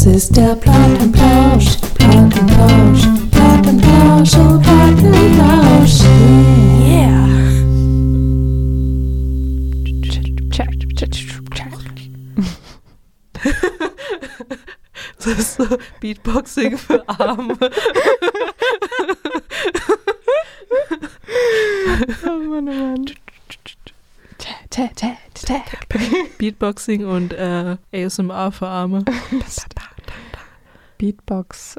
Das ist der Plattenplausch, Plattenplausch, Plattenplausch, oh Plattenplausch. Yeah. Das ist so Beatboxing für Arme. Oh Mann, oh Mann. Beatboxing und ASMR für Arme. Beatbox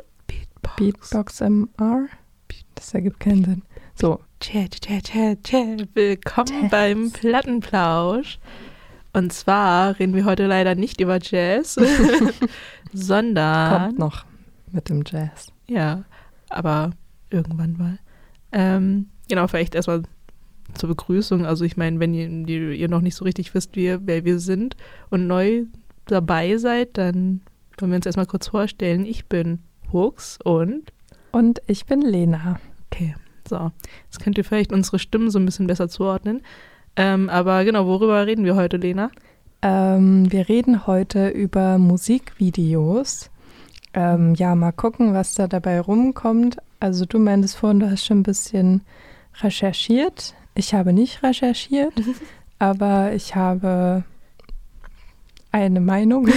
MR? Das ergibt keinen Sinn. So. Willkommen beim Plattenplausch. Und zwar reden wir heute leider nicht über Jazz, sondern... Kommt noch mit dem Jazz. Ja, aber irgendwann mal. Genau, vielleicht erstmal zur Begrüßung. Also ich meine, wenn ihr noch nicht so richtig wisst, wer wir sind und neu dabei seid, dann wollen wir uns erstmal kurz vorstellen. Ich bin Hux und ich bin Lena. Okay, so. Jetzt könnt ihr vielleicht unsere Stimmen so ein bisschen besser zuordnen. Aber genau, worüber reden wir heute, Lena? Wir reden heute über Musikvideos. Mal gucken, was da dabei rumkommt. Also du meintest vorhin, du hast schon ein bisschen recherchiert. Ich habe nicht recherchiert, aber ich habe eine Meinung,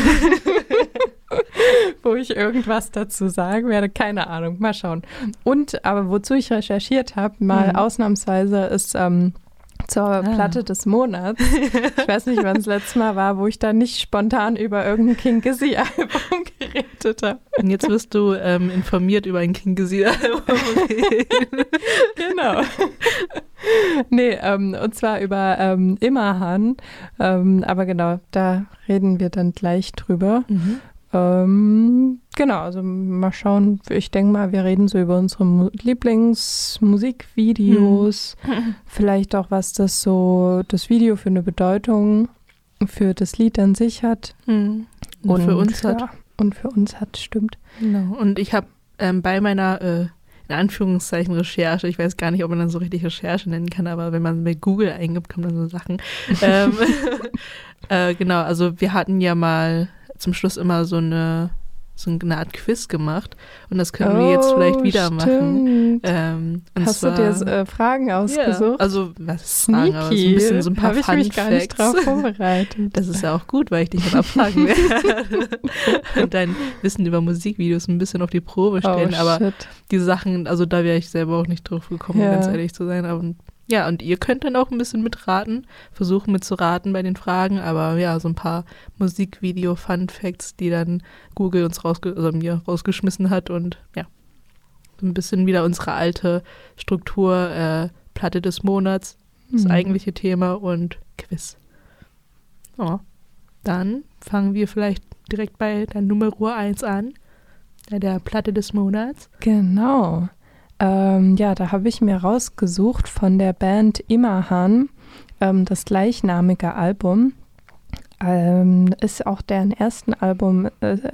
wo ich irgendwas dazu sagen werde. Keine Ahnung, mal schauen. Aber wozu ich recherchiert habe, mal ausnahmsweise ist zur Platte des Monats. Ich weiß nicht, wann das letzte Mal war, wo ich da nicht spontan über irgendein King Gizzard-Album geredet habe. Und jetzt wirst du informiert über ein King Gizzard-Album. Genau. Nee, und zwar über Immerhan. Aber genau, da reden wir dann gleich drüber. Genau, also mal schauen. Ich denke mal, wir reden so über unsere Lieblingsmusikvideos. Vielleicht auch, was das Video für eine Bedeutung für das Lied an sich hat. Und für uns hat. Ja, und für uns hat, stimmt. Genau. Und ich habe bei meiner, in Anführungszeichen, Recherche, ich weiß gar nicht, ob man dann so richtig Recherche nennen kann, aber wenn man mit Google eingibt, kommen dann so Sachen. Genau, also wir hatten ja mal zum Schluss immer so eine Art Quiz gemacht und das können wir jetzt vielleicht wieder machen. Hast du dir Fragen ausgesucht? Ja, also was Fragen, aber so ein bisschen so ein paar Fun Facts. Habe ich mich gar nicht drauf vorbereitet. Das ist ja auch gut, weil ich dich dann abfragen werde und dein Wissen über Musikvideos ein bisschen auf die Probe stellen. Aber die Sachen, also da wäre ich selber auch nicht drauf gekommen, um ganz ehrlich zu sein. Aber ja, und ihr könnt dann auch ein bisschen mitraten, versuchen mitzuraten bei den Fragen, aber ja, so ein paar Musikvideo-Fun-Facts, die dann Google uns mir rausgeschmissen hat und ja, so ein bisschen wieder unsere alte Struktur, Platte des Monats, das eigentliche Thema und Quiz. Oh, dann fangen wir vielleicht direkt bei der Nummer 1 an, der Platte des Monats. Genau. Da habe ich mir rausgesucht von der Band Immerhan, das gleichnamige Album. Ist auch deren erstes Album.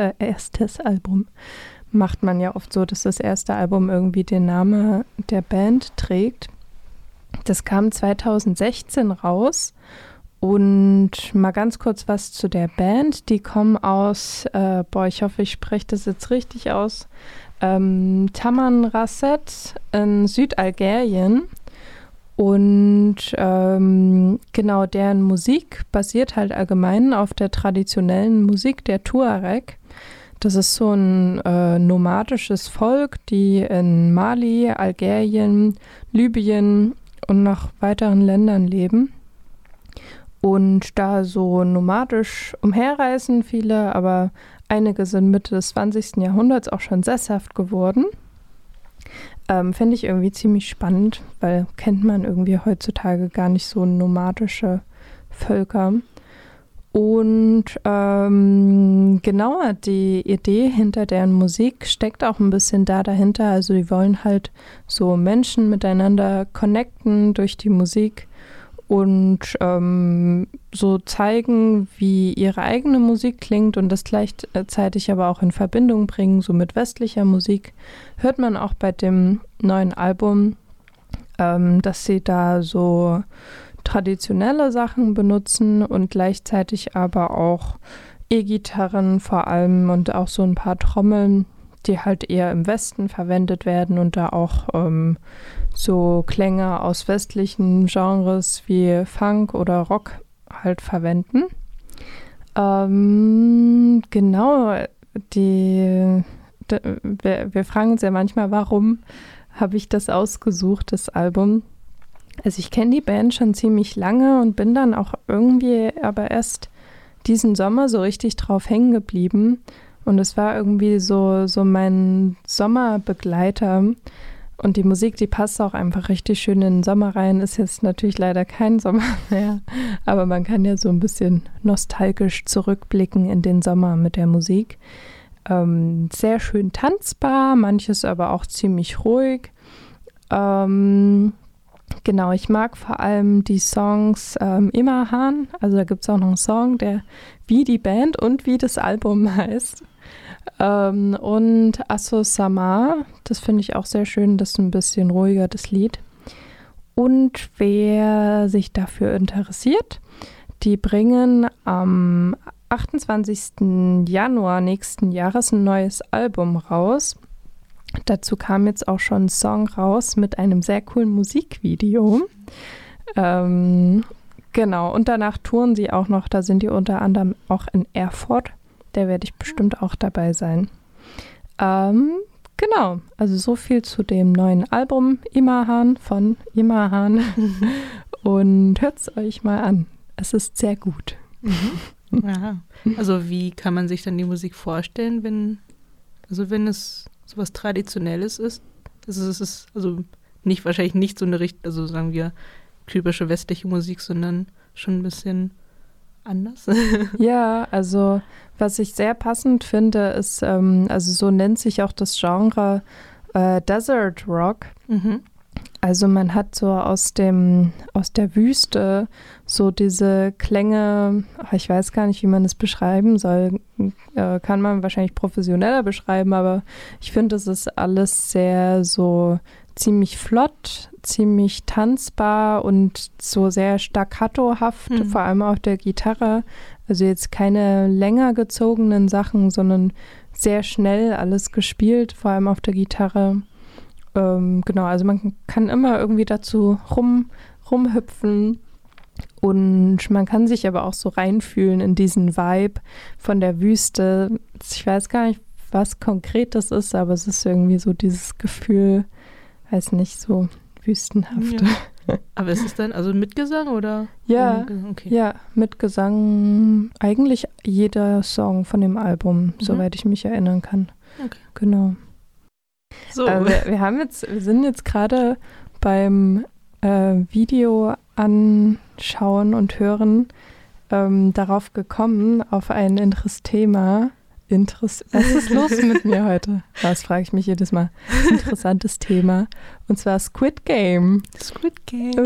Macht man ja oft so, dass das erste Album irgendwie den Namen der Band trägt. Das kam 2016 raus. Und mal ganz kurz was zu der Band. Die kommen aus, ich hoffe, ich spreche das jetzt richtig aus, Tamanrasset in Südalgerien. Und genau, deren Musik basiert halt allgemein auf der traditionellen Musik der Tuareg. Das ist so ein nomadisches Volk, die in Mali, Algerien, Libyen und noch weiteren Ländern leben. Und da so nomadisch umherreisen viele, aber einige sind Mitte des 20. Jahrhunderts auch schon sesshaft geworden. Finde ich irgendwie ziemlich spannend, weil kennt man irgendwie heutzutage gar nicht so nomadische Völker. Und genauer, die Idee hinter deren Musik steckt auch ein bisschen dahinter. Also die wollen halt so Menschen miteinander connecten durch die Musik und so zeigen, wie ihre eigene Musik klingt und das gleichzeitig aber auch in Verbindung bringen, so mit westlicher Musik. Hört man auch bei dem neuen Album, dass sie da so traditionelle Sachen benutzen und gleichzeitig aber auch E-Gitarren vor allem und auch so ein paar Trommeln, die halt eher im Westen verwendet werden und da auch so Klänge aus westlichen Genres wie Funk oder Rock halt verwenden. Genau, wir fragen uns ja manchmal, warum habe ich das ausgesucht, das Album. Also ich kenne die Band schon ziemlich lange und bin dann auch irgendwie aber erst diesen Sommer so richtig drauf hängen geblieben. Und es war irgendwie so mein Sommerbegleiter. Und die Musik, die passt auch einfach richtig schön in den Sommer rein. Ist jetzt natürlich leider kein Sommer mehr, aber man kann ja so ein bisschen nostalgisch zurückblicken in den Sommer mit der Musik. Sehr schön tanzbar, manches aber auch ziemlich ruhig. Genau, ich mag vor allem die Songs Imahan. Also da gibt es auch noch einen Song, der wie die Band und wie das Album heißt. Und Asso Sama, das finde ich auch sehr schön, das ist ein bisschen ruhiger, das Lied. Und wer sich dafür interessiert, die bringen am 28. Januar nächsten Jahres ein neues Album raus. Dazu kam jetzt auch schon ein Song raus mit einem sehr coolen Musikvideo. Genau, und danach touren sie auch noch, da sind die unter anderem auch in Erfurt. Da werde ich bestimmt auch dabei sein. Genau, also so viel zu dem neuen Album Imahan von Imahan. Und hört es euch mal an. Es ist sehr gut. Ja. Also wie kann man sich dann die Musik vorstellen, wenn es sowas Traditionelles ist? Es ist also wahrscheinlich nicht so eine also sagen wir typische westliche Musik, sondern schon ein bisschen anders. Ja, also was ich sehr passend finde, ist, also so nennt sich auch das Genre Desert Rock. Mhm. Also man hat so aus der Wüste so diese Klänge, ich weiß gar nicht, wie man es beschreiben soll, kann man wahrscheinlich professioneller beschreiben, aber ich finde, es ist alles sehr so ziemlich flott, ziemlich tanzbar und so sehr staccatohaft, vor allem auf der Gitarre. Also jetzt keine länger gezogenen Sachen, sondern sehr schnell alles gespielt, vor allem auf der Gitarre. Genau, also man kann immer irgendwie dazu rumhüpfen und man kann sich aber auch so reinfühlen in diesen Vibe von der Wüste. Ich weiß gar nicht, was konkret das ist, aber es ist irgendwie so dieses Gefühl, weiß nicht, so wüstenhaft. Ja. Aber ist es dann also mit Gesang oder? Ja, okay. Ja, mit Gesang. Eigentlich jeder Song von dem Album, soweit ich mich erinnern kann. Okay. Genau. So. Wir sind jetzt gerade beim Video anschauen und hören darauf gekommen, auf ein interessantes Thema. Was ist los mit mir heute? Das frage ich mich jedes Mal. Interessantes Thema. Und zwar Squid Game. Squid Game.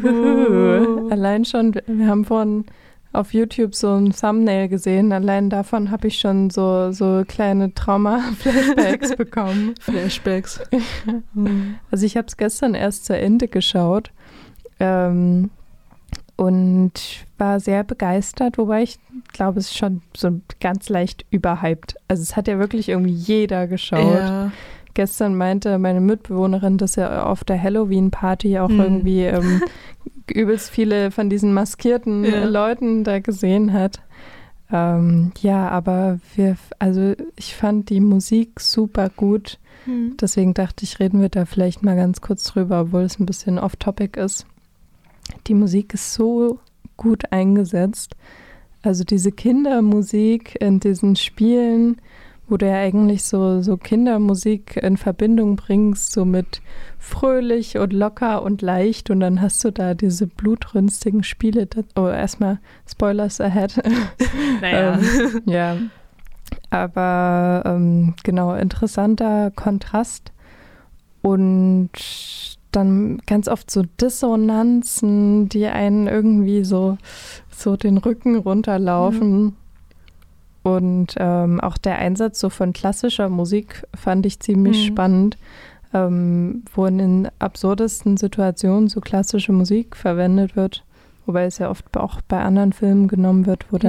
Allein schon, wir haben vorhin auf YouTube so ein Thumbnail gesehen. Allein davon habe ich schon so kleine Trauma-Flashbacks bekommen. Flashbacks. Also ich habe es gestern erst zu Ende geschaut. Und war sehr begeistert, wobei ich glaube, es ist schon so ganz leicht überhyped. Also es hat ja wirklich irgendwie jeder geschaut. Ja. Gestern meinte meine Mitbewohnerin, dass er auf der Halloween-Party auch irgendwie übelst viele von diesen maskierten Leuten da gesehen hat. Ja, aber ich fand die Musik super gut. Deswegen dachte ich, reden wir da vielleicht mal ganz kurz drüber, obwohl es ein bisschen off-topic ist. Die Musik ist so gut eingesetzt. Also diese Kindermusik in diesen Spielen, wo du ja eigentlich so Kindermusik in Verbindung bringst, so mit fröhlich und locker und leicht. Und dann hast du da diese blutrünstigen Spiele. Erstmal Spoilers ahead. Naja. Ja, aber genau, interessanter Kontrast. Und dann ganz oft so Dissonanzen, die einen irgendwie so den Rücken runterlaufen. Und auch der Einsatz so von klassischer Musik fand ich ziemlich spannend, wo in den absurdesten Situationen so klassische Musik verwendet wird, wobei es ja oft auch bei anderen Filmen genommen wird, wo dann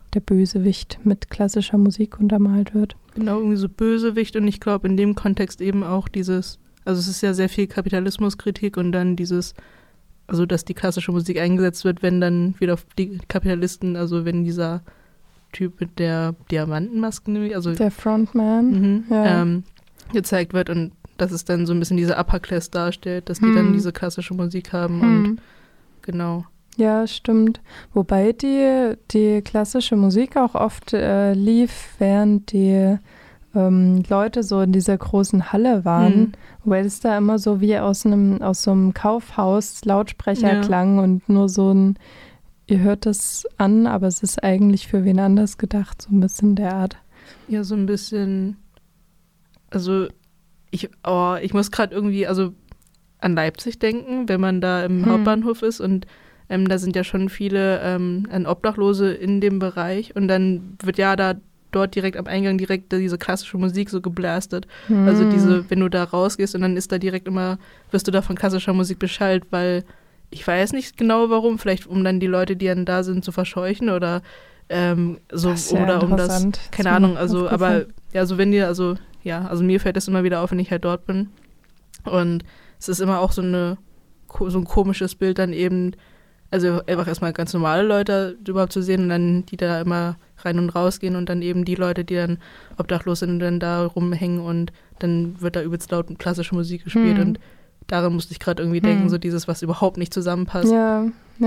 der Bösewicht mit klassischer Musik untermalt wird. Genau, irgendwie so Bösewicht und ich glaube in dem Kontext eben auch dieses, also es ist ja sehr viel Kapitalismuskritik und dann dieses, also dass die klassische Musik eingesetzt wird, wenn dann wieder die Kapitalisten, also wenn dieser Typ mit der Diamantenmaske, also der Frontman, gezeigt wird und dass es dann so ein bisschen diese Upper Class darstellt, dass die dann diese klassische Musik haben und genau. Ja, stimmt. Wobei die klassische Musik auch oft lief, während die Leute so in dieser großen Halle waren, weil es da immer so wie aus so einem Kaufhaus Lautsprecher klang und nur so ein, ihr hört das an, aber es ist eigentlich für wen anders gedacht, so ein bisschen der Art. Ja, so ein bisschen, also ich muss gerade irgendwie, also an Leipzig denken, wenn man da im Hauptbahnhof ist und da sind ja schon viele Obdachlose in dem Bereich und dann wird ja dort direkt am Eingang direkt diese klassische Musik so geblastet. Also wenn du da rausgehst und dann ist da direkt immer, wirst du da von klassischer Musik beschallt, weil ich weiß nicht genau warum, vielleicht um dann die Leute, die dann da sind, zu verscheuchen oder so oder um das, keine Ahnung, also aber ja, so wenn dir, also mir fällt das immer wieder auf, wenn ich halt dort bin und es ist immer auch so ein komisches Bild dann eben, also einfach erstmal ganz normale Leute überhaupt zu sehen und dann die da immer rein und raus gehen und dann eben die Leute, die dann obdachlos sind und dann da rumhängen und dann wird da übelst laut klassische Musik gespielt und daran musste ich gerade irgendwie denken, so dieses, was überhaupt nicht zusammenpasst. Ja.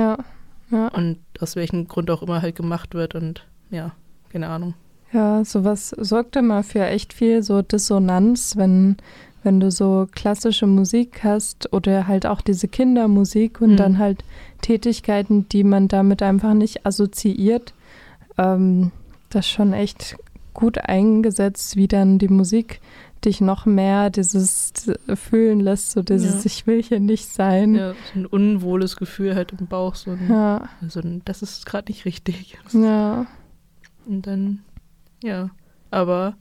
Und aus welchem Grund auch immer halt gemacht wird und ja, keine Ahnung. Ja, sowas sorgt immer für echt viel so Dissonanz, wenn du so klassische Musik hast oder halt auch diese Kindermusik und dann halt Tätigkeiten, die man damit einfach nicht assoziiert. Das ist schon echt gut eingesetzt, wie dann die Musik dich noch mehr dieses fühlen lässt, so dieses ich will hier nicht sein. Ja, so ein unwohles Gefühl halt im Bauch, das ist gerade nicht richtig. Ja. Und dann, aber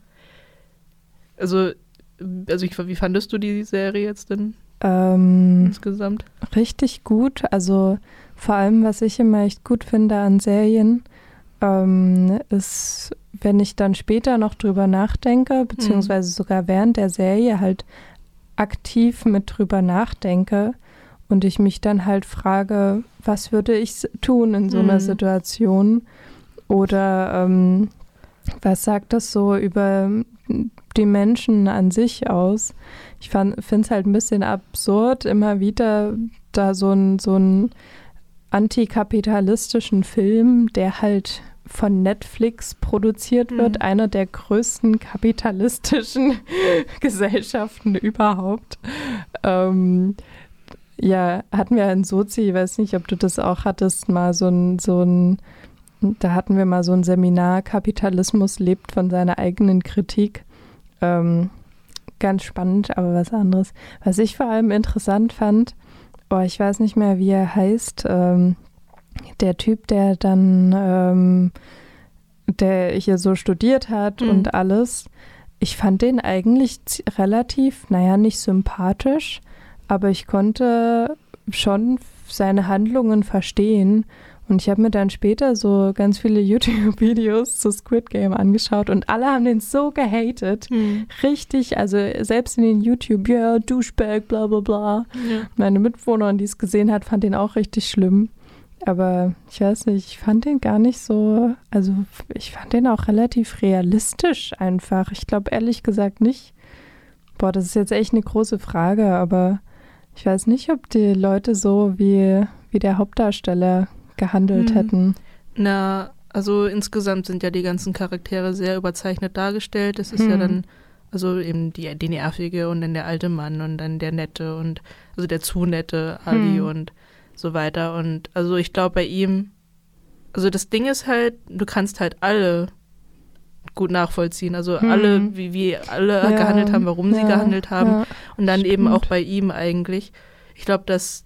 wie fandest du die Serie jetzt denn insgesamt? Richtig gut, also vor allem, was ich immer echt gut finde an Serien, ist, wenn ich dann später noch drüber nachdenke, beziehungsweise sogar während der Serie halt aktiv mit drüber nachdenke und ich mich dann halt frage, was würde ich tun in so einer Situation oder was sagt das so über die Menschen an sich aus? Ich finde es halt ein bisschen absurd, immer wieder da so einen antikapitalistischen Film, der halt von Netflix produziert wird, einer der größten kapitalistischen Gesellschaften überhaupt. Hatten wir in Sozi, ich weiß nicht, ob du das auch hattest, mal da hatten wir mal so ein Seminar, Kapitalismus lebt von seiner eigenen Kritik. Ganz spannend, aber was anderes. Was ich vor allem interessant fand, ich weiß nicht mehr, wie er heißt, der Typ, der dann, der hier so studiert hat und alles, ich fand den eigentlich relativ, nicht sympathisch, aber ich konnte schon seine Handlungen verstehen. Und ich habe mir dann später so ganz viele YouTube-Videos zu Squid Game angeschaut und alle haben den so gehatet. Richtig, also selbst in den YouTube, Douchebag, bla bla bla. Ja. Meine Mitbewohnerin, die es gesehen hat, fand den auch richtig schlimm. Aber ich weiß nicht, ich fand den gar nicht so, also ich fand den auch relativ realistisch einfach. Ich glaube ehrlich gesagt nicht. Das ist jetzt echt eine große Frage, aber ich weiß nicht, ob die Leute so wie der Hauptdarsteller gehandelt hätten. Na, also insgesamt sind ja die ganzen Charaktere sehr überzeichnet dargestellt. Es ist ja dann, also eben die Nervige und dann der alte Mann und dann der Nette und also der zu nette Ali und so weiter. Und also ich glaube bei ihm, also das Ding ist halt, du kannst halt alle gut nachvollziehen. Also alle, wie alle gehandelt haben, warum sie gehandelt haben. Ja, und dann eben auch bei ihm eigentlich. Ich glaube, dass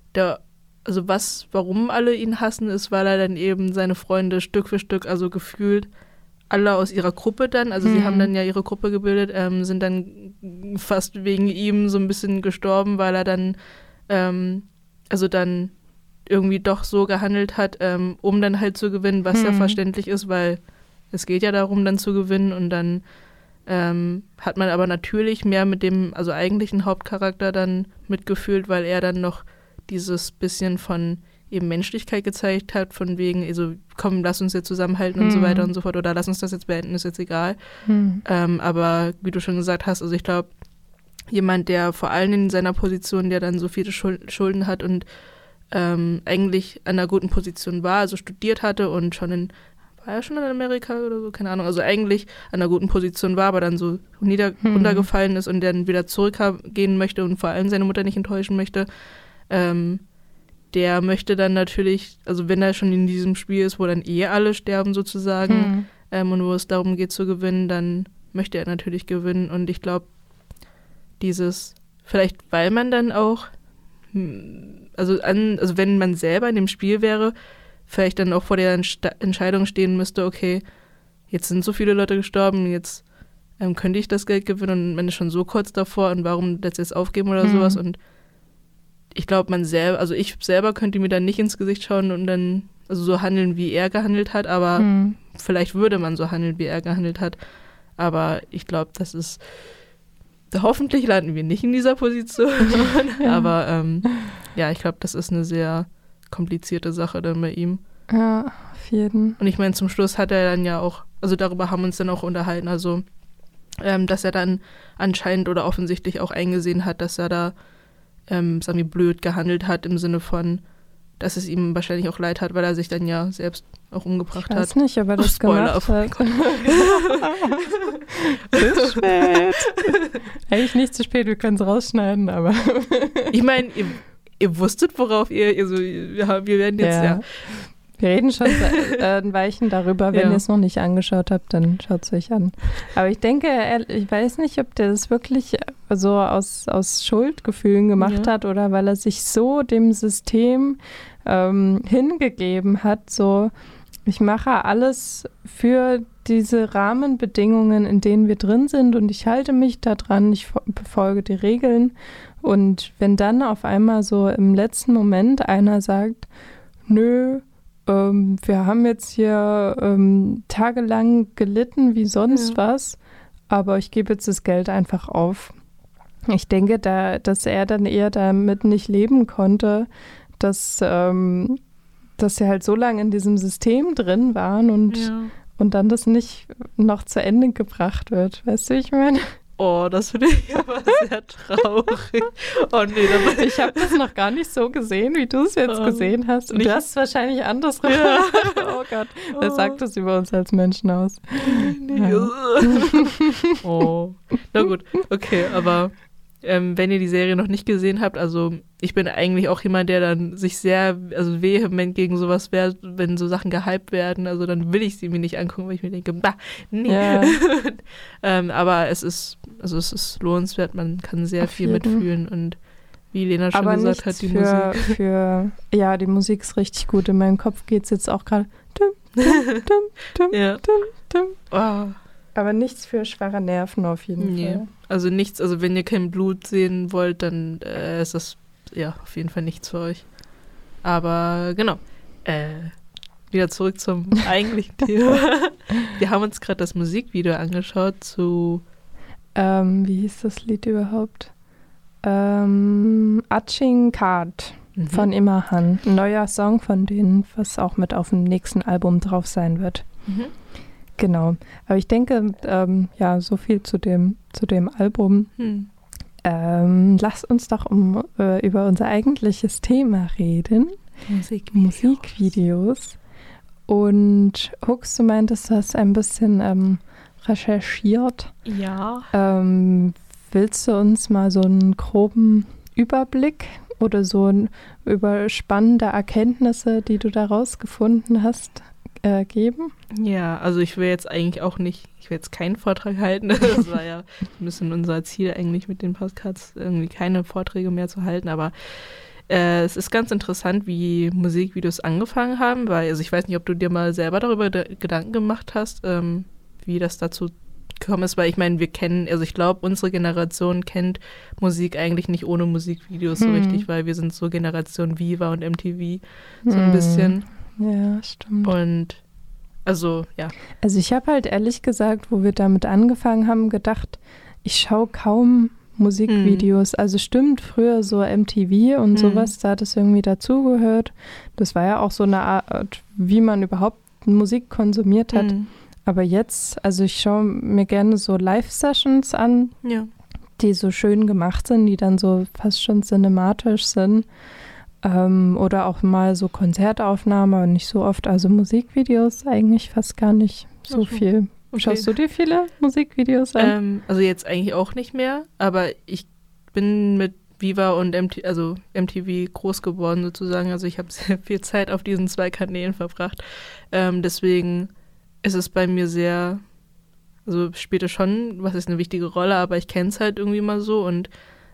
warum alle ihn hassen, ist, weil er dann eben seine Freunde Stück für Stück, also gefühlt alle aus ihrer Gruppe dann, also sie haben dann ja ihre Gruppe gebildet, sind dann fast wegen ihm so ein bisschen gestorben, weil er dann, irgendwie doch so gehandelt hat, um dann halt zu gewinnen, was ja verständlich ist, weil es geht ja darum, dann zu gewinnen und dann hat man aber natürlich mehr mit dem, also eigentlichen Hauptcharakter dann mitgefühlt, weil er dann noch dieses bisschen von eben Menschlichkeit gezeigt hat, von wegen, also komm, lass uns jetzt zusammenhalten und so weiter und so fort oder lass uns das jetzt beenden, ist jetzt egal. Aber wie du schon gesagt hast, also ich glaube, jemand, der vor allem in seiner Position, der dann so viele Schulden hat und eigentlich an einer guten Position war, also studiert hatte und war er schon in Amerika oder so, keine Ahnung, also eigentlich an einer guten Position war, aber dann so runtergefallen ist und dann wieder zurückgehen möchte und vor allem seine Mutter nicht enttäuschen möchte, der möchte dann natürlich, also wenn er schon in diesem Spiel ist, wo dann alle sterben sozusagen und wo es darum geht zu gewinnen, dann möchte er natürlich gewinnen und ich glaube, vielleicht weil man dann auch also wenn man selber in dem Spiel wäre, vielleicht dann auch vor der Entscheidung stehen müsste, okay, jetzt sind so viele Leute gestorben, jetzt könnte ich das Geld gewinnen und man ist schon so kurz davor und warum das jetzt aufgeben oder sowas und ich glaube, ich selber könnte mir dann nicht ins Gesicht schauen und dann also so handeln, wie er gehandelt hat, aber vielleicht würde man so handeln, wie er gehandelt hat, aber ich glaube, das ist hoffentlich landen wir nicht in dieser Position, aber ich glaube, das ist eine sehr komplizierte Sache dann bei ihm. Ja, auf jeden. Und ich meine, zum Schluss hat er dann ja auch, also darüber haben wir uns dann auch unterhalten, also dass er dann anscheinend oder offensichtlich auch eingesehen hat, dass er da, sagen wir, blöd gehandelt hat im Sinne von, dass es ihm wahrscheinlich auch leid hat, weil er sich dann ja selbst auch umgebracht hat. Ich weiß nicht, ob er das gemacht hat. Zu spät. Eigentlich nicht zu spät, wir können es rausschneiden, aber... Ich meine, ihr wusstet, worauf wir werden jetzt, Wir reden schon ein Weilchen darüber, wenn ihr es noch nicht angeschaut habt, dann schaut es euch an. Aber ich denke, ich weiß nicht, ob der das wirklich so aus Schuldgefühlen gemacht hat oder weil er sich so dem System hingegeben hat, so ich mache alles für diese Rahmenbedingungen, in denen wir drin sind und ich halte mich da dran, ich befolge die Regeln und wenn dann auf einmal so im letzten Moment einer sagt, nö, wir haben jetzt hier tagelang gelitten wie sonst was, aber ich gebe jetzt das Geld einfach auf. Ich denke, dass er dann eher damit nicht leben konnte, dass sie halt so lange in diesem System drin waren und dann das nicht noch zu Ende gebracht wird. Weißt du, wie ich meine? Oh, das finde ich aber sehr traurig. Oh nee, ich habe das noch gar nicht so gesehen, wie du es jetzt gesehen hast. Und du hast es wahrscheinlich andersrum. Ja. Oh Gott, was sagt das über uns als Menschen aus? Nee. Ja. Oh, na gut, okay, aber wenn ihr die Serie noch nicht gesehen habt, also ich bin eigentlich auch jemand, der dann sich sehr, also vehement gegen sowas wehrt, wenn so Sachen gehypt werden, also dann will ich sie mir nicht angucken, weil ich mir denke, bah, nee. Ja. Aber es ist lohnenswert, man kann sehr viel mitfühlen und wie Lena schon gesagt hat, die Musik. Die Musik ist richtig gut, in meinem Kopf geht es jetzt auch gerade Aber nichts für schwache Nerven auf jeden Fall. Also nichts, also wenn ihr kein Blut sehen wollt, dann ist das auf jeden Fall nichts für euch. Aber genau, wieder zurück zum eigentlichen Thema. Wir haben uns gerade das Musikvideo angeschaut zu wie hieß das Lied überhaupt? Aching Card von Immerhan. Ein neuer Song von denen, was auch mit auf dem nächsten Album drauf sein wird. Genau. Aber ich denke, so viel zu dem Album. Lass uns doch über unser eigentliches Thema reden. Musikvideos. Und Hux, du meintest, du hast ein bisschen recherchiert. Ja. Willst du uns mal so einen groben Überblick oder so über spannende Erkenntnisse, die du daraus gefunden hast, geben? Ja, also ich will jetzt keinen Vortrag halten. Das war ja ein bisschen unser Ziel eigentlich mit den Podcasts, irgendwie keine Vorträge mehr zu halten, aber es ist ganz interessant, wie Musikvideos angefangen haben, weil, also ich weiß nicht, ob du dir mal selber darüber Gedanken gemacht hast, wie das dazu gekommen ist, weil ich meine, ich glaube, unsere Generation kennt Musik eigentlich nicht ohne Musikvideos so richtig, weil wir sind so Generation Viva und MTV so ein bisschen. Ja, stimmt. Und also, ja. Also ich habe halt ehrlich gesagt, wo wir damit angefangen haben, gedacht, ich schaue kaum Musikvideos. Also stimmt, früher so MTV und sowas, da hat es irgendwie dazugehört. Das war ja auch so eine Art, wie man überhaupt Musik konsumiert hat. Aber jetzt, also ich schaue mir gerne so Live-Sessions an, die so schön gemacht sind, die dann so fast schon cinematisch sind. Oder auch mal so Konzertaufnahmen, aber nicht so oft. Also Musikvideos eigentlich fast gar nicht so viel. Okay. Schaust du dir viele Musikvideos an? Also jetzt eigentlich auch nicht mehr, aber ich bin mit Viva und MTV groß geworden sozusagen. Also ich habe sehr viel Zeit auf diesen 2 Kanälen verbracht. Deswegen ist es bei mir sehr, also spielt es schon, was ist eine wichtige Rolle, aber ich kenne es halt irgendwie mal so und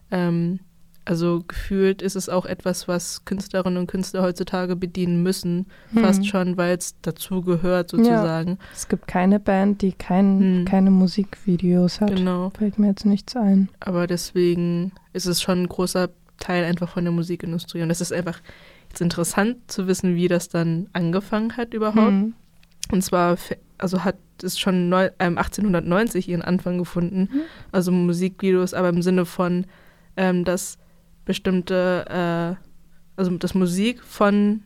also gefühlt ist es auch etwas, was Künstlerinnen und Künstler heutzutage bedienen müssen, fast schon, weil es dazu gehört sozusagen. Ja. Es gibt keine Band, die keine Musikvideos hat. Genau. Fällt mir jetzt nichts ein. Aber deswegen ist es schon ein großer Teil einfach von der Musikindustrie. Und es ist einfach jetzt interessant zu wissen, wie das dann angefangen hat überhaupt. Und zwar hat es schon 1890 ihren Anfang gefunden, also Musikvideos, aber im Sinne von, dass bestimmte, also das Musik von,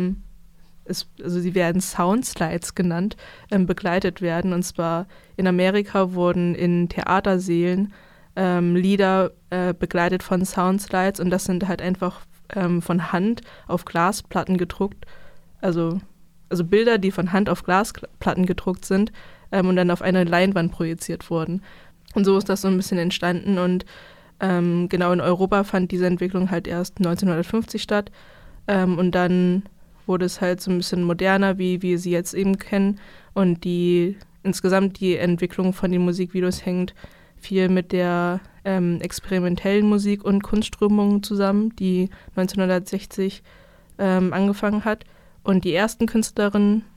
sie werden Soundslides genannt, begleitet werden. Und zwar in Amerika wurden in Theatersälen Lieder begleitet von Soundslides und das sind halt einfach von Hand auf Glasplatten gedruckt, also Bilder, die von Hand auf Glasplatten gedruckt sind und dann auf eine Leinwand projiziert wurden. Und so ist das so ein bisschen entstanden und genau in Europa fand diese Entwicklung halt erst 1950 statt und dann wurde es halt so ein bisschen moderner, wie wir sie jetzt eben kennen und insgesamt die Entwicklung von den Musikvideos hängt viel mit der experimentellen Musik- und Kunstströmung zusammen, die 1960 angefangen hat. Und die ersten Künstler,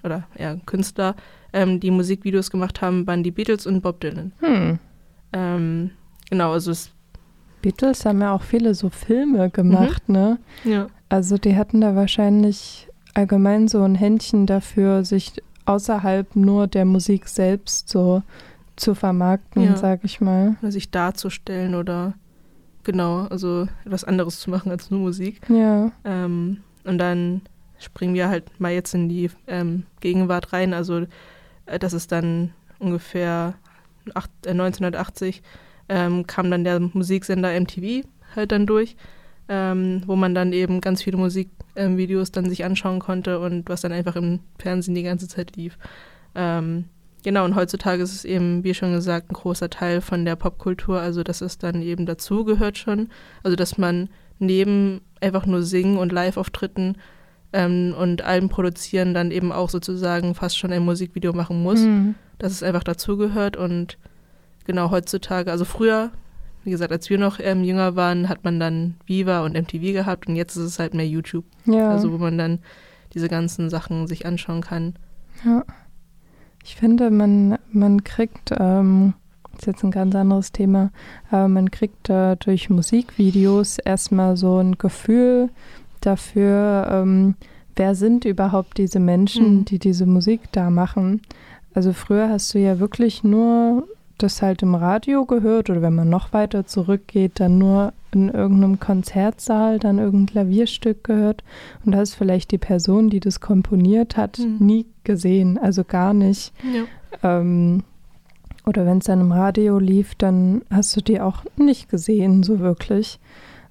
die Musikvideos gemacht haben, waren die Beatles und Bob Dylan. Genau, also Beatles haben ja auch viele so Filme gemacht, ne? Ja. Also die hatten da wahrscheinlich allgemein so ein Händchen dafür, sich außerhalb nur der Musik selbst so zu vermarkten, sag ich mal. Oder sich darzustellen oder genau, also etwas anderes zu machen als nur Musik. Ja. Und dann springen wir halt mal jetzt in die Gegenwart rein. Also das ist dann ungefähr 1980 kam dann der Musiksender MTV halt dann durch, wo man dann eben ganz viele Musikvideos dann sich anschauen konnte und was dann einfach im Fernsehen die ganze Zeit lief. Genau, und heutzutage ist es eben, wie schon gesagt, ein großer Teil von der Popkultur, also dass es dann eben dazu gehört schon, also dass man neben einfach nur Singen und Live-Auftritten und Alben produzieren dann eben auch sozusagen fast schon ein Musikvideo machen muss, dass es einfach dazugehört und genau heutzutage, also früher, wie gesagt, als wir noch jünger waren, hat man dann Viva und MTV gehabt und jetzt ist es halt mehr YouTube, also wo man dann diese ganzen Sachen sich anschauen kann. Ja, ich finde, man kriegt, ist jetzt ein ganz anderes Thema, aber man kriegt durch Musikvideos erstmal so ein Gefühl dafür, wer sind überhaupt diese Menschen, die diese Musik da machen. Also früher hast du ja wirklich nur das halt im Radio gehört oder wenn man noch weiter zurückgeht, dann nur in irgendeinem Konzertsaal dann irgendein Klavierstück gehört und hast vielleicht die Person, die das komponiert hat, nie gesehen, also gar nicht. Ja. Oder wenn es dann im Radio lief, dann hast du die auch nicht gesehen, so wirklich.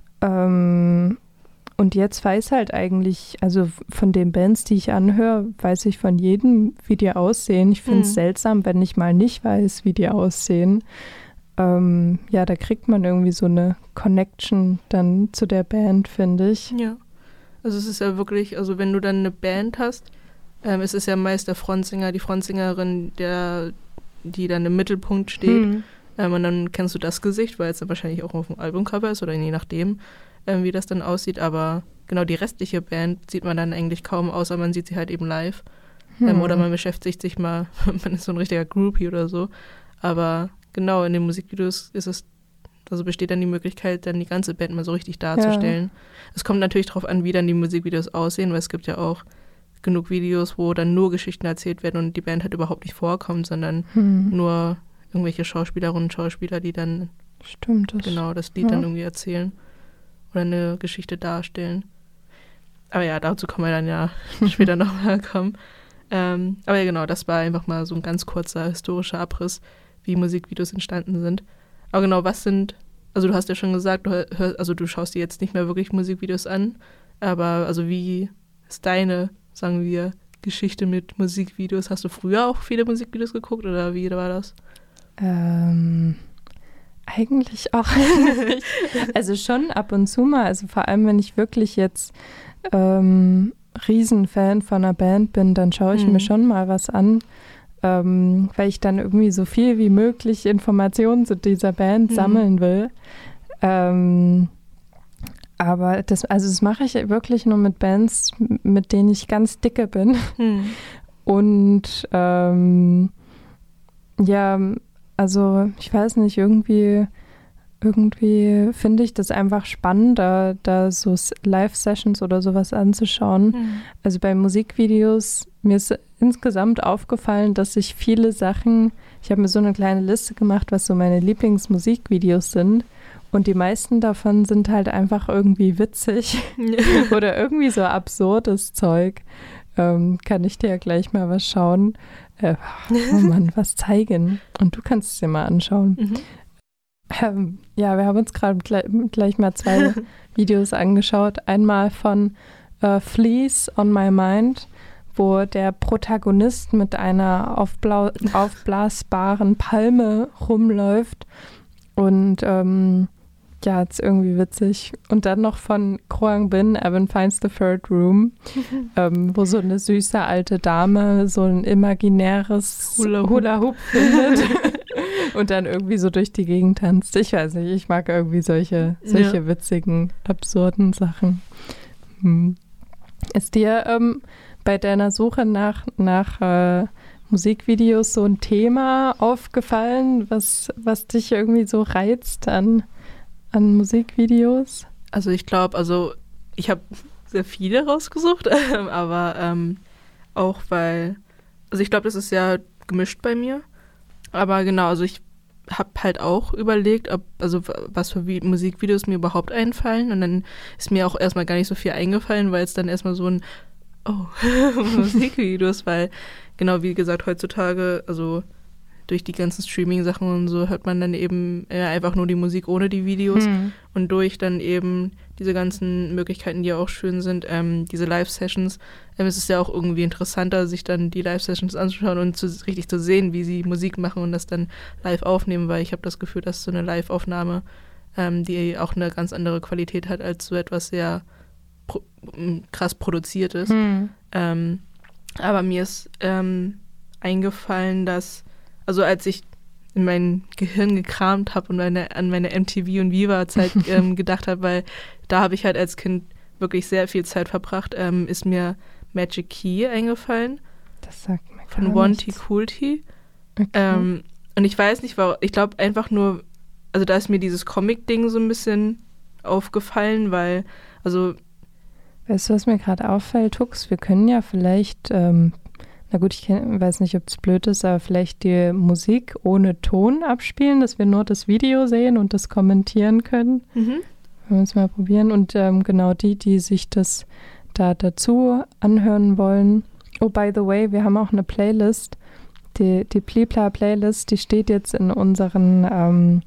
Und jetzt weiß halt eigentlich, also von den Bands, die ich anhöre, weiß ich von jedem, wie die aussehen. Ich finde es seltsam, wenn ich mal nicht weiß, wie die aussehen. Ja, da kriegt man irgendwie so eine Connection dann zu der Band, finde ich. Ja, also es ist ja wirklich, also wenn du dann eine Band hast, es ist ja meist der Frontsänger, die Frontsingerin, die dann im Mittelpunkt steht. Und dann kennst du das Gesicht, weil es dann wahrscheinlich auch auf dem Albumcover ist oder je nachdem, wie das dann aussieht. Aber genau die restliche Band sieht man dann eigentlich kaum, außer man sieht sie halt eben live. Oder man beschäftigt sich mal, man ist so ein richtiger Groupie oder so. Aber genau, in den Musikvideos besteht dann die Möglichkeit, dann die ganze Band mal so richtig darzustellen. Es kommt natürlich darauf an, wie dann die Musikvideos aussehen, weil es gibt ja auch genug Videos, wo dann nur Geschichten erzählt werden und die Band halt überhaupt nicht vorkommt, sondern nur irgendwelche Schauspielerinnen und Schauspieler, die dann das Lied dann irgendwie erzählen oder eine Geschichte darstellen. Aber ja, dazu können wir dann ja später nochmal kommen. Aber ja, genau, das war einfach mal so ein ganz kurzer historischer Abriss, wie Musikvideos entstanden sind. Aber genau, du hast ja schon gesagt, du schaust dir jetzt nicht mehr wirklich Musikvideos an, aber also wie ist deine, sagen wir, Geschichte mit Musikvideos? Hast du früher auch viele Musikvideos geguckt oder wie war das? Eigentlich auch nicht. Also schon ab und zu mal, also vor allem, wenn ich wirklich jetzt Riesenfan von einer Band bin, dann schaue ich mir schon mal was an. Weil ich dann irgendwie so viel wie möglich Informationen zu dieser Band sammeln will. Aber das mache ich wirklich nur mit Bands, mit denen ich ganz dicke bin. Und also ich weiß nicht, irgendwie finde ich das einfach spannend, da so Live-Sessions oder sowas anzuschauen. Also bei Musikvideos, mir ist insgesamt aufgefallen, dass ich viele Sachen, ich habe mir so eine kleine Liste gemacht, was so meine Lieblingsmusikvideos sind. Und die meisten davon sind halt einfach irgendwie witzig oder irgendwie so absurdes Zeug. Kann ich dir ja gleich mal was schauen. Was zeigen. Und du kannst es dir mal anschauen. Wir haben uns gerade gleich mal 2 Videos angeschaut. Einmal von Fleas on My Mind, wo der Protagonist mit einer aufblasbaren Palme rumläuft und ist irgendwie witzig. Und dann noch von Kroang Bin, Evan Finds the Third Room, wo so eine süße alte Dame so ein imaginäres Hula-Hoop findet und dann irgendwie so durch die Gegend tanzt. Ich weiß nicht, ich mag irgendwie solche witzigen, absurden Sachen. Ist dir bei deiner Suche nach Musikvideos so ein Thema aufgefallen, was dich irgendwie so reizt an Musikvideos? Also ich glaube, ich habe sehr viele rausgesucht, aber auch weil, also ich glaube, das ist ja gemischt bei mir, aber genau, also ich habe halt auch überlegt, was für Musikvideos mir überhaupt einfallen und dann ist mir auch erstmal gar nicht so viel eingefallen, weil es dann erstmal so Musikvideos, weil genau, wie gesagt, heutzutage, also durch die ganzen Streaming-Sachen und so hört man dann eben einfach nur die Musik ohne die Videos und durch dann eben diese ganzen Möglichkeiten, die ja auch schön sind, diese Live-Sessions, es ist ja auch irgendwie interessanter, sich dann die Live-Sessions anzuschauen und richtig zu sehen, wie sie Musik machen und das dann live aufnehmen, weil ich habe das Gefühl, dass so eine Live-Aufnahme, die auch eine ganz andere Qualität hat als so etwas sehr krass Produziertes. Aber mir ist eingefallen, dass also als ich in mein Gehirn gekramt habe und an meine MTV und Viva-Zeit gedacht habe, weil da habe ich halt als Kind wirklich sehr viel Zeit verbracht, ist mir Magic Key eingefallen. Das sagt mir gar von One T Cool T. Okay. Und ich weiß nicht, warum, ich glaube einfach nur, also da ist mir dieses Comic-Ding so ein bisschen aufgefallen, weil, also weißt du, was mir gerade auffällt, Tux? Wir können ja vielleicht na gut, ich weiß nicht, ob es blöd ist, aber vielleicht die Musik ohne Ton abspielen, dass wir nur das Video sehen und das kommentieren können. Wollen wir es mal probieren. Und genau die sich das da dazu anhören wollen. Oh, by the way, wir haben auch eine Playlist. Die Plipla-Playlist, die steht jetzt in unseren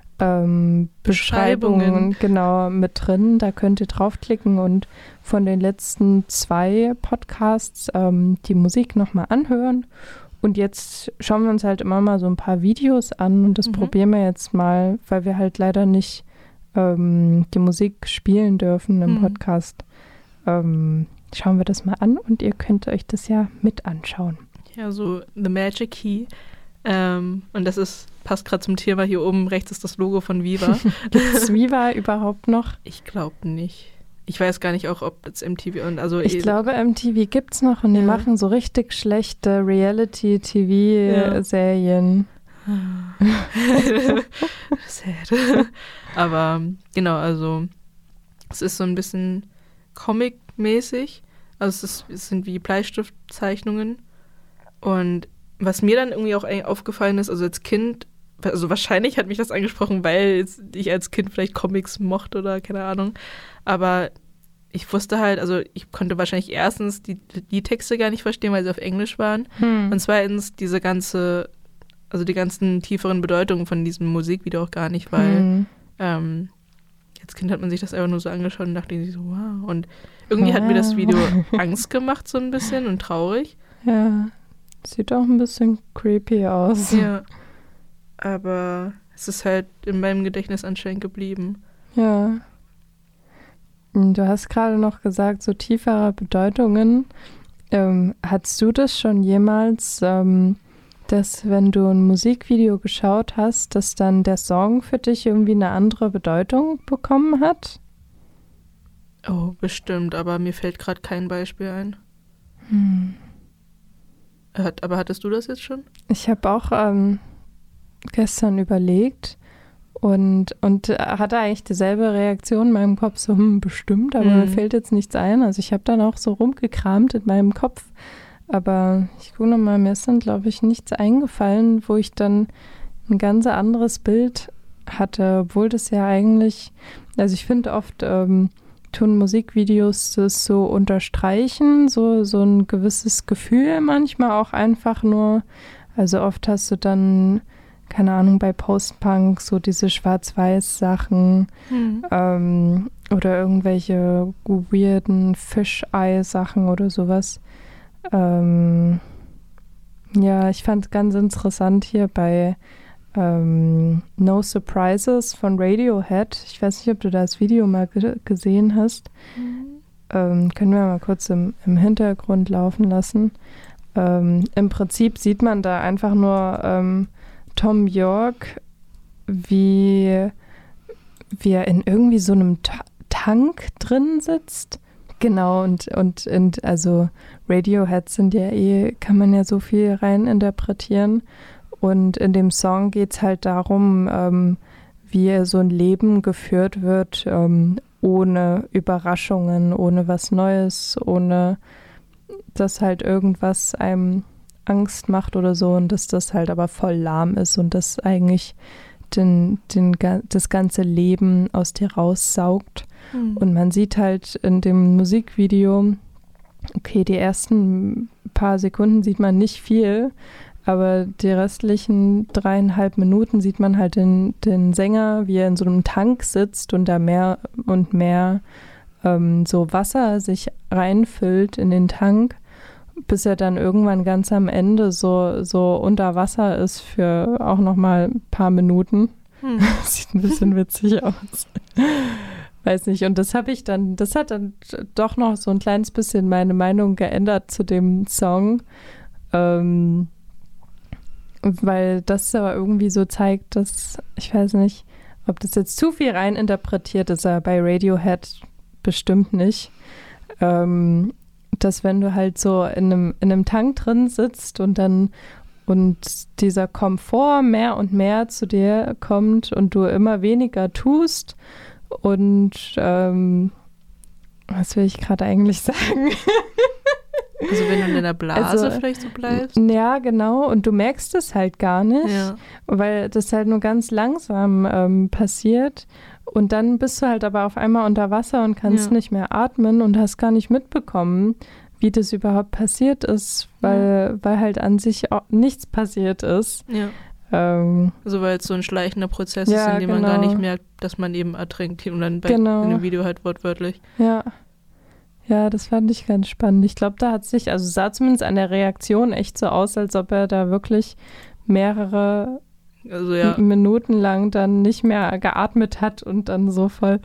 Beschreibungen genau mit drin. Da könnt ihr draufklicken und von den letzten 2 Podcasts die Musik nochmal anhören. Und jetzt schauen wir uns halt immer mal so ein paar Videos an und das probieren wir jetzt mal, weil wir halt leider nicht die Musik spielen dürfen im Podcast. Schauen wir das mal an und ihr könnt euch das ja mit anschauen. Ja, so The Magic Key. Und das passt gerade zum Thema. Hier oben rechts ist das Logo von Viva. Gibt es Viva überhaupt noch? Ich glaube nicht. Ich weiß gar nicht auch, ob es MTV und also ich glaube, MTV gibt's noch und die machen so richtig schlechte Reality-TV-Serien. Sad. Aber genau, also es ist so ein bisschen Comic-mäßig. Also es sind wie Bleistiftzeichnungen. Und was mir dann irgendwie auch aufgefallen ist, also als Kind, also wahrscheinlich hat mich das angesprochen, weil ich als Kind vielleicht Comics mochte oder keine Ahnung. Aber ich wusste halt, also ich konnte wahrscheinlich erstens die Texte gar nicht verstehen, weil sie auf Englisch waren. Und zweitens die ganzen tieferen Bedeutungen von diesem Musikvideo auch gar nicht, weil als Kind hat man sich das einfach nur so angeschaut und dachte sich so, wow. Und irgendwie hat mir das Video Angst gemacht so ein bisschen und traurig. Ja, sieht auch ein bisschen creepy aus. Ja, aber es ist halt in meinem Gedächtnis anscheinend geblieben. Ja. Du hast gerade noch gesagt, so tiefere Bedeutungen. Hattest du das schon jemals, dass wenn du ein Musikvideo geschaut hast, dass dann der Song für dich irgendwie eine andere Bedeutung bekommen hat? Oh, bestimmt, aber mir fällt gerade kein Beispiel ein. Aber hattest du das jetzt schon? Ich habe auch gestern überlegt und hatte eigentlich dieselbe Reaktion in meinem Kopf, so bestimmt, aber mir fällt jetzt nichts ein. Also ich habe dann auch so rumgekramt in meinem Kopf, aber ich gucke nochmal, mir ist dann, glaube ich, nichts eingefallen, wo ich dann ein ganz anderes Bild hatte, obwohl das ja eigentlich, also ich finde oft tun Musikvideos das so unterstreichen, so ein gewisses Gefühl manchmal auch einfach nur. Also oft hast du dann, keine Ahnung, bei Post-Punk so diese Schwarz-Weiß-Sachen oder irgendwelche weirden Fish-Eye-Sachen oder sowas. Ja, ich fand es ganz interessant hier bei No Surprises von Radiohead. Ich weiß nicht, ob du das Video mal gesehen hast. Können wir mal kurz im Hintergrund laufen lassen. Im Prinzip sieht man da einfach nur Thom Yorke, wie er in irgendwie so einem Tank drin sitzt. Genau, und also Radiohead sind ja kann man ja so viel rein interpretieren. Und in dem Song geht es halt darum, wie so ein Leben geführt wird, ohne Überraschungen, ohne was Neues, ohne dass halt irgendwas einem Angst macht oder so und dass das halt aber voll lahm ist und das eigentlich das ganze Leben aus dir raussaugt. Und man sieht halt in dem Musikvideo, okay, die ersten paar Sekunden sieht man nicht viel, aber die restlichen 3,5 Minuten sieht man halt den Sänger, wie er in so einem Tank sitzt und da mehr und mehr so Wasser sich reinfüllt in den Tank, bis er dann irgendwann ganz am Ende so unter Wasser ist für auch nochmal ein paar Minuten. Sieht ein bisschen witzig aus. Weiß nicht. Und das hat dann doch noch so ein kleines bisschen meine Meinung geändert zu dem Song. Weil das aber irgendwie so zeigt, dass, ich weiß nicht, ob das jetzt zu viel rein interpretiert ist, aber bei Radiohead bestimmt nicht. Dass wenn du halt so in einem Tank drin sitzt und dieser Komfort mehr und mehr zu dir kommt und du immer weniger tust und was will ich gerade eigentlich sagen? Also wenn du in deiner Blase vielleicht so bleibst? Ja, genau. Und du merkst es halt gar nicht, weil das halt nur ganz langsam passiert. Und dann bist du halt aber auf einmal unter Wasser und kannst nicht mehr atmen und hast gar nicht mitbekommen, wie das überhaupt passiert ist, weil halt an sich auch nichts passiert ist. Ja. Also weil es so ein schleichender Prozess ist, in dem man gar nicht merkt, dass man eben ertrinkt. Und dann in dem Video halt wortwörtlich. Ja. Ja, das fand ich ganz spannend. Ich glaube, sah zumindest an der Reaktion echt so aus, als ob er da wirklich mehrere Minuten lang dann nicht mehr geatmet hat und dann so voll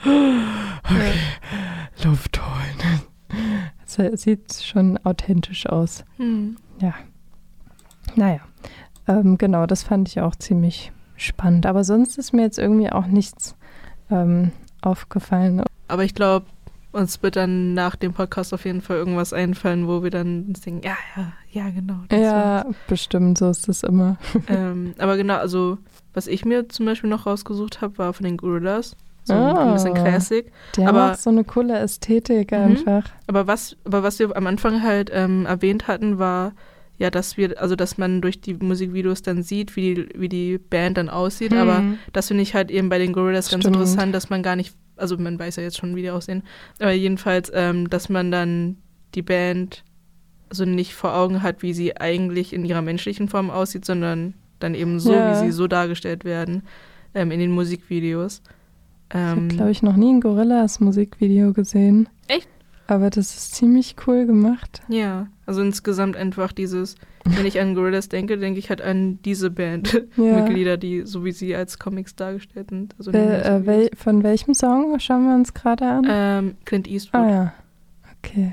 Luft holen. Es sieht schon authentisch aus. Ja. Naja. Genau, das fand ich auch ziemlich spannend. Aber sonst ist mir jetzt irgendwie auch nichts aufgefallen. Aber ich glaube, uns wird dann nach dem Podcast auf jeden Fall irgendwas einfallen, wo wir dann uns denken, ja, genau. Ja, bestimmt, so ist das immer. Aber genau, also was ich mir zum Beispiel noch rausgesucht habe, war von den Gorillaz. So ein bisschen Classic. Die haben auch so eine coole Ästhetik einfach. Aber was wir am Anfang halt erwähnt hatten, war ja, dass man durch die Musikvideos dann sieht, wie die Band dann aussieht. Aber das finde ich halt eben bei den Gorillaz ganz interessant, dass man gar nicht, also man weiß ja jetzt schon, wie die aussehen, aber jedenfalls, dass man dann die Band also nicht vor Augen hat, wie sie eigentlich in ihrer menschlichen Form aussieht, sondern dann eben so, wie sie so dargestellt werden in den Musikvideos. Ich habe, glaube ich, noch nie ein Gorillaz Musikvideo gesehen. Echt? Aber das ist ziemlich cool gemacht. Ja, also insgesamt einfach wenn ich an Gorillaz denke, denke ich halt an diese Bandmitglieder, die so wie sie als Comics dargestellt sind. Also von welchem Song schauen wir uns gerade an? Clint Eastwood. Ah ja, okay.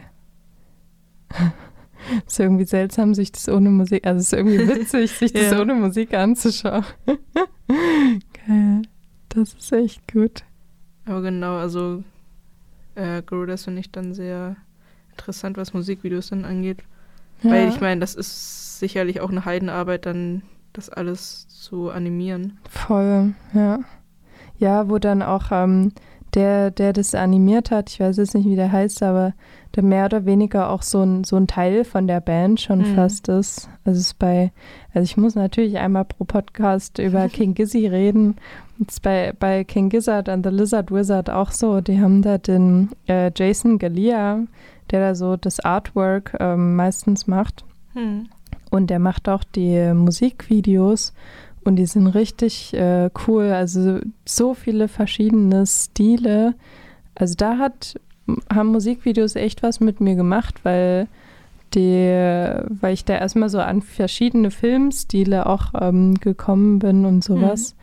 Ist irgendwie seltsam, sich das ohne Musik, also es ist irgendwie witzig, sich das ohne Musik anzuschauen. Geil, das ist echt gut. Aber genau, also Gorillaz finde ich dann sehr interessant, was Musikvideos dann angeht. Ja. Weil ich meine, das ist sicherlich auch eine Heidenarbeit, dann das alles zu animieren. Voll, ja. Ja, wo dann auch der das animiert hat, ich weiß jetzt nicht, wie der heißt, aber der mehr oder weniger auch so ein Teil von der Band schon fast ist. Also ich muss natürlich einmal pro Podcast über King Gizzard reden. Jetzt bei King Gizzard and the Lizard Wizard auch so. Die haben da den Jason Galea, der da so das Artwork meistens macht. Und der macht auch die Musikvideos. Und die sind richtig cool. Also so viele verschiedene Stile. Also haben Musikvideos echt was mit mir gemacht, weil ich da erstmal so an verschiedene Filmstile auch gekommen bin und sowas.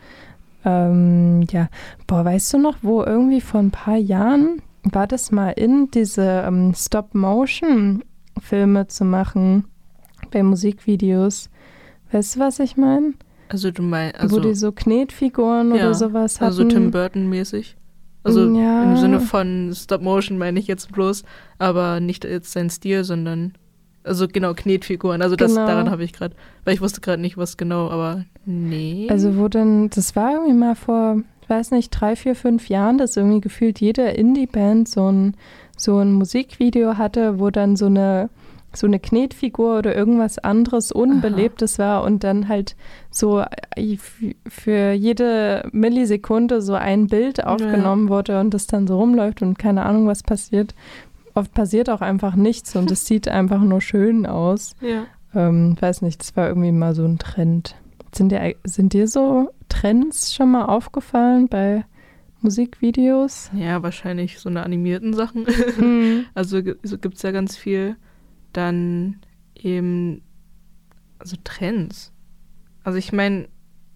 Weißt du noch, wo irgendwie vor ein paar Jahren war das mal diese Stop-Motion-Filme zu machen bei Musikvideos? Weißt du, was ich meine? Also du meinst, wo die so Knetfiguren oder sowas hatten. Also Tim Burton-mäßig. Also im Sinne von Stop-Motion meine ich jetzt bloß, aber nicht jetzt sein Stil, sondern also genau, Knetfiguren. Also daran habe ich gerade, weil ich wusste gerade nicht, was genau, aber nee. Also das war irgendwie mal vor, ich weiß nicht, 3, 4, 5 Jahren, dass irgendwie gefühlt jede Indie-Band so ein Musikvideo hatte, wo dann so eine Knetfigur oder irgendwas anderes Unbelebtes war und dann halt so für jede Millisekunde so ein Bild aufgenommen wurde und das dann so rumläuft und keine Ahnung, was passiert. Oft passiert auch einfach nichts und es sieht einfach nur schön aus. Ja. Weiß nicht, das war irgendwie mal so ein Trend. Sind dir so Trends schon mal aufgefallen bei Musikvideos? Ja, wahrscheinlich so eine animierten Sachen. Also so gibt es ja ganz viel. Dann eben, also Trends. Also ich meine,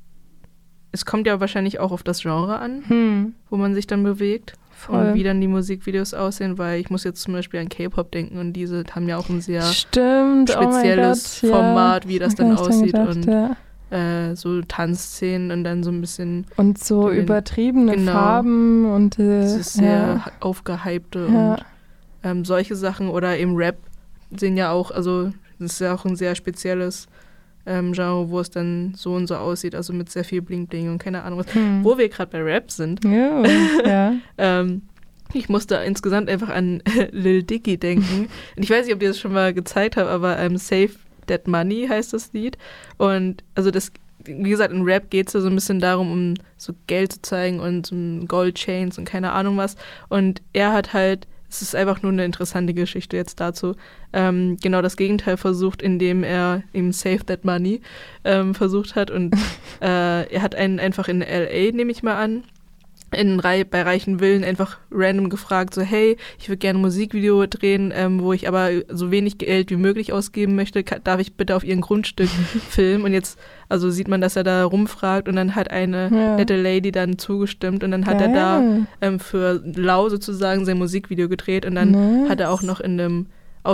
es kommt ja wahrscheinlich auch auf das Genre an, wo man sich dann bewegt. Voll. Und wie dann die Musikvideos aussehen, weil ich muss jetzt zum Beispiel an K-Pop denken und diese haben ja auch ein sehr spezielles Format, wie das dann aussieht und so Tanzszenen und dann so ein bisschen und so übertriebene Farben und dieses sehr aufgehypte und solche Sachen oder eben Rap sehen ja auch, also das ist ja auch ein sehr spezielles Genre, wo es dann so und so aussieht, also mit sehr viel Bling-Bling und keine Ahnung was. Wo wir gerade bei Rap sind. Ja. Ich musste insgesamt einfach an Lil Dicky denken. Und ich weiß nicht, ob ihr das schon mal gezeigt habt, aber Save That Money heißt das Lied. Und also wie gesagt, in Rap geht es ja so ein bisschen darum, um so Geld zu zeigen und so Gold-Chains und keine Ahnung was. Und er hat halt, es ist einfach nur eine interessante Geschichte jetzt dazu, genau das Gegenteil versucht, indem er eben Save That Money versucht hat. Und er hat einen einfach in L.A., nehme ich mal an, bei reichen Villen einfach random gefragt, so hey, ich würde gerne ein Musikvideo drehen, wo ich aber so wenig Geld wie möglich ausgeben möchte, darf ich bitte auf ihren Grundstück filmen? Und jetzt, also sieht man, dass er da rumfragt und dann hat eine nette Lady dann zugestimmt und dann hat er da für Lau sozusagen sein Musikvideo gedreht und dann hat er auch noch in einem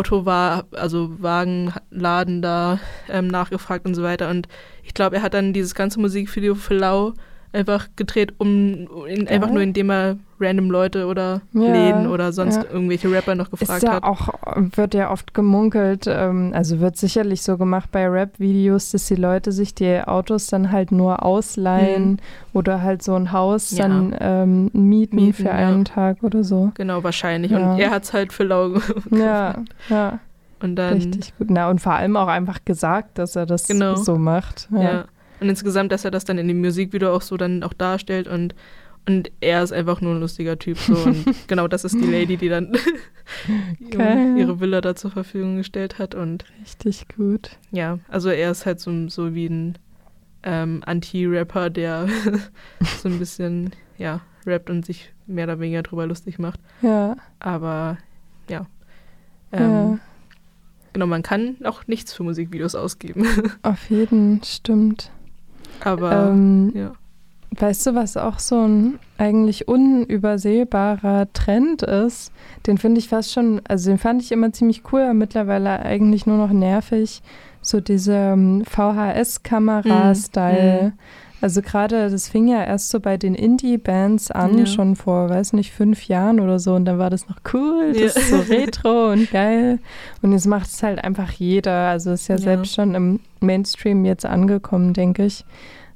Wagenladen da nachgefragt und so weiter und ich glaube, er hat dann dieses ganze Musikvideo für Lau einfach gedreht, einfach nur indem er random Leute oder Läden oder sonst irgendwelche Rapper noch gefragt hat. Wird ja oft gemunkelt, also wird sicherlich so gemacht bei Rap-Videos, dass die Leute sich die Autos dann halt nur ausleihen oder halt so ein Haus dann mieten für einen Tag oder so. Genau, wahrscheinlich. Und er hat es halt für lau gemacht. Ja. Und dann, richtig gut. Und vor allem auch einfach gesagt, dass er das so macht. Ja. Und insgesamt, dass er das dann in dem Musikvideo auch so dann auch darstellt und er ist einfach nur ein lustiger Typ. So. Und genau, das ist die Lady, die dann ihre Villa da zur Verfügung gestellt hat. Und richtig gut. Ja, also er ist halt so wie ein Anti-Rapper, der so ein bisschen, rappt und sich mehr oder weniger drüber lustig macht. Ja. Aber, genau, man kann auch nichts für Musikvideos ausgeben. Auf jeden, stimmt. Aber, Weißt du, was auch so ein eigentlich unübersehbarer Trend ist? Den finde ich fast schon, also den fand ich immer ziemlich cool, aber mittlerweile eigentlich nur noch nervig. So diese VHS-Kamera-Style. Also gerade, das fing ja erst so bei den Indie-Bands an, schon vor, 5 Jahren oder so. Und dann war das noch cool, das ist so retro und geil. Und jetzt macht es halt einfach jeder. Also ist ja selbst schon im Mainstream jetzt angekommen, denke ich.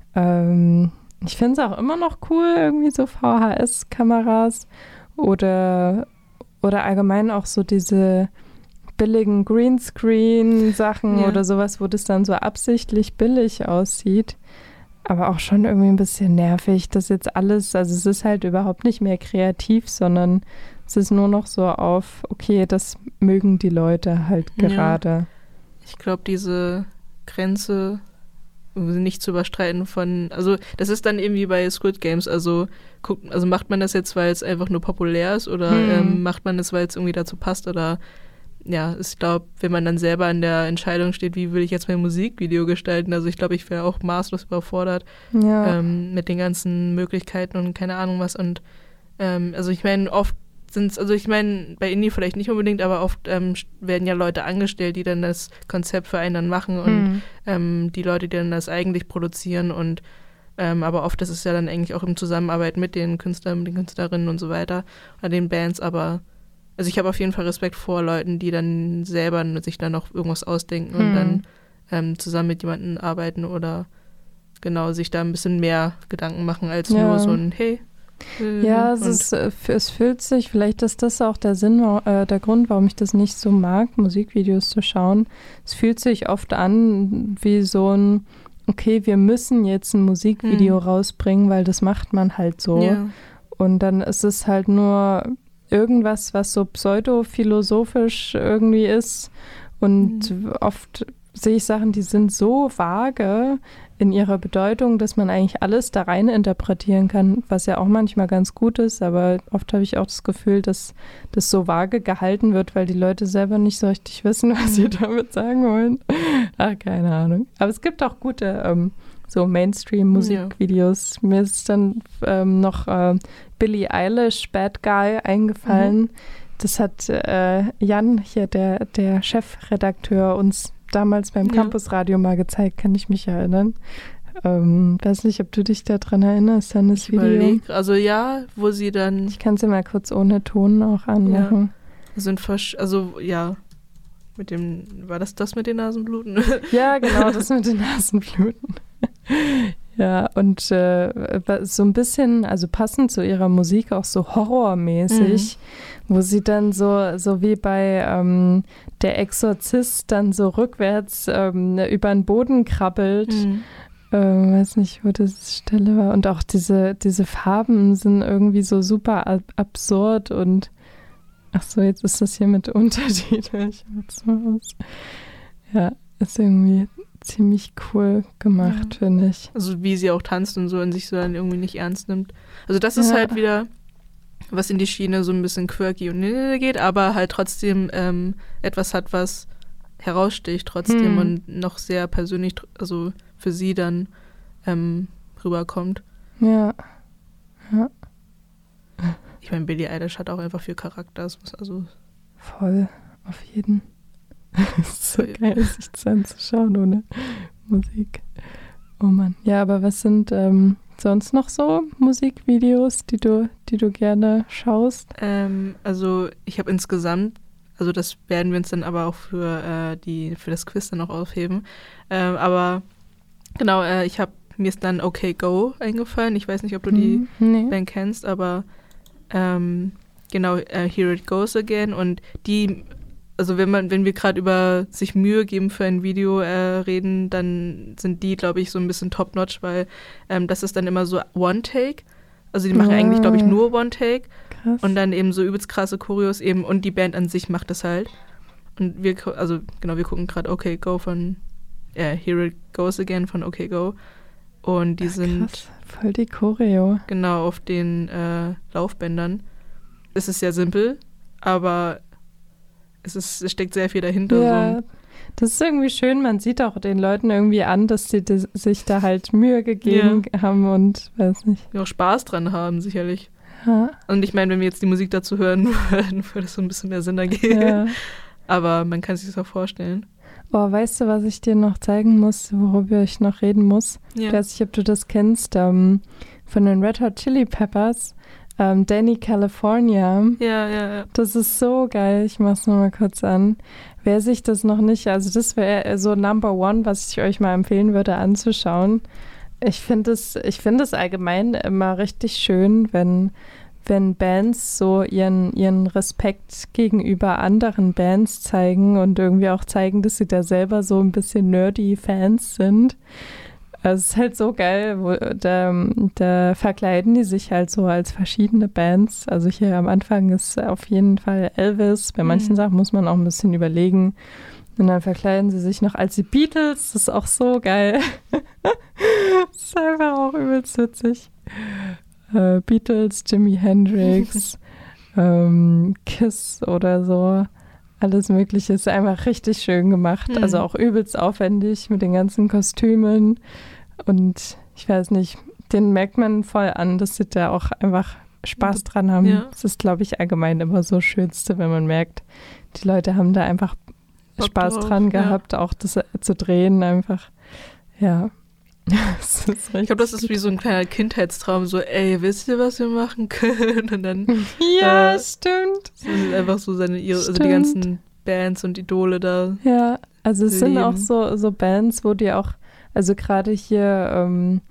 Ich finde es auch immer noch cool, irgendwie so VHS-Kameras oder allgemein auch so diese billigen Greenscreen-Sachen oder sowas, wo das dann so absichtlich billig aussieht. Aber auch schon irgendwie ein bisschen nervig, dass jetzt alles, also es ist halt überhaupt nicht mehr kreativ, sondern es ist nur noch so auf, okay, das mögen die Leute halt gerade. Ja. Ich glaube, diese Grenze nicht zu überstreiten also das ist dann irgendwie bei Squid Games, also macht man das jetzt, weil es einfach nur populär ist oder macht man das, weil es irgendwie dazu passt oder ich glaube, wenn man dann selber an der Entscheidung steht, wie will ich jetzt mein Musikvideo gestalten, also ich glaube, ich wäre auch maßlos überfordert mit den ganzen Möglichkeiten und keine Ahnung was und also ich meine, oft bei Indie vielleicht nicht unbedingt, aber oft werden ja Leute angestellt, die dann das Konzept für einen dann machen und die Leute, die dann das eigentlich produzieren und aber oft ist es ja dann eigentlich auch in Zusammenarbeit mit den Künstlern, mit den Künstlerinnen und so weiter oder den Bands, aber also ich habe auf jeden Fall Respekt vor Leuten, die dann selber sich dann noch irgendwas ausdenken und dann zusammen mit jemandem arbeiten oder genau sich da ein bisschen mehr Gedanken machen als nur so ein Hey. Ja, es fühlt sich, vielleicht ist das auch der Grund, warum ich das nicht so mag, Musikvideos zu schauen. Es fühlt sich oft an wie so ein, okay, wir müssen jetzt ein Musikvideo rausbringen, weil das macht man halt so. Ja. Und dann ist es halt nur irgendwas, was so pseudophilosophisch irgendwie ist. Und oft sehe ich Sachen, die sind so vage in ihrer Bedeutung, dass man eigentlich alles da rein interpretieren kann, was ja auch manchmal ganz gut ist, aber oft habe ich auch das Gefühl, dass das so vage gehalten wird, weil die Leute selber nicht so richtig wissen, was sie damit sagen wollen. Ach, keine Ahnung. Aber es gibt auch gute so Mainstream-Musikvideos. Mir ist dann noch Billie Eilish, Bad Guy, eingefallen. Das hat Jan hier, der Chefredakteur, uns damals beim Campusradio mal gezeigt, kann ich mich erinnern. Weiß nicht, ob du dich daran erinnerst, an das Video. Also wo sie dann... Ich kann es ja mal kurz ohne Ton auch anmachen. Mit dem, war das mit den Nasenbluten? Ja, genau, das mit den Nasenbluten. Ja, und so ein bisschen, also passend zu ihrer Musik auch so horrormäßig, wo sie dann so wie bei Der Exorzist dann so rückwärts über den Boden krabbelt. Weiß nicht, wo das Stelle war. Und auch diese Farben sind irgendwie so super absurd und ach so, jetzt ist das hier mit Untertitel. Ich mach's mal aus. Ja, ist irgendwie ziemlich cool gemacht, finde ich. Also wie sie auch tanzt und so und sich so dann irgendwie nicht ernst nimmt. Also das ist halt wieder, was in die Schiene so ein bisschen quirky und geht, aber halt trotzdem etwas hat, was heraussticht trotzdem und noch sehr persönlich, also für sie dann rüberkommt. Ja. Ich meine, Billie Eilish hat auch einfach viel Charakter. Also voll, auf jeden. Es ist so geil, sich das anzuschauen ohne Musik. Oh Mann. Ja, aber was sind sonst noch so Musikvideos, die du gerne schaust? Also ich habe insgesamt, also das werden wir uns dann aber auch für das Quiz dann noch aufheben. Aber genau, mir ist dann OK Go eingefallen. Ich weiß nicht, ob du die Band kennst, aber genau, Here It Goes Again. Und die, also wenn wir gerade über sich Mühe geben für ein Video reden, dann sind die, glaube ich, so ein bisschen top-notch, weil das ist dann immer so One-Take. Also die machen eigentlich, glaube ich, nur One-Take. Krass. Und dann eben so übelst krasse Choreos eben und die Band an sich macht das halt. Und wir gucken gerade OK Go von Here It Goes Again von OK Go. Und die sind krass, voll die Choreo. Genau, auf den Laufbändern. Es ist sehr simpel, aber es steckt sehr viel dahinter. Ja, das ist irgendwie schön. Man sieht auch den Leuten irgendwie an, dass sie sich da halt Mühe gegeben haben und weiß nicht. Die auch Spaß dran haben, sicherlich. Ja. Und ich meine, wenn wir jetzt die Musik dazu hören würden, würde es so ein bisschen mehr Sinn ergeben. Ja. Aber man kann sich das auch vorstellen. Oh, weißt du, was ich dir noch zeigen muss, worüber ich noch reden muss? Ja. Ich weiß nicht, ob du das kennst, von den Red Hot Chili Peppers, Danny California. Ja. Das ist so geil. Ich mach's nochmal kurz an. Wer sich das noch nicht, also das wäre so Number One, was ich euch mal empfehlen würde anzuschauen. Ich finde es allgemein immer richtig schön, wenn Bands so ihren Respekt gegenüber anderen Bands zeigen und irgendwie auch zeigen, dass sie da selber so ein bisschen nerdy Fans sind. Also es ist halt so geil, da verkleiden die sich halt so als verschiedene Bands. Also hier am Anfang ist auf jeden Fall Elvis. Bei manchen Sachen muss man auch ein bisschen überlegen. Und dann verkleiden sie sich noch als die Beatles. Das ist auch so geil. Das ist einfach auch übelst witzig. Beatles, Jimi Hendrix, Kiss oder so. Alles Mögliche ist einfach richtig schön gemacht. Also auch übelst aufwendig mit den ganzen Kostümen. Und ich weiß nicht, den merkt man voll an, dass sie da auch einfach Spaß dran haben. Ja. Das ist, glaube ich, allgemein immer so Schönste, wenn man merkt, die Leute haben da einfach Spaß dran gehabt, auch das zu drehen einfach. Ja. Ich glaube, das ist wie so ein kleiner Kindheitstraum, so, ey, wisst ihr, was wir machen können? Und dann stimmt. Sind einfach so also die ganzen Bands und Idole da. Ja, also es sind auch so Bands, wo die auch, also gerade hier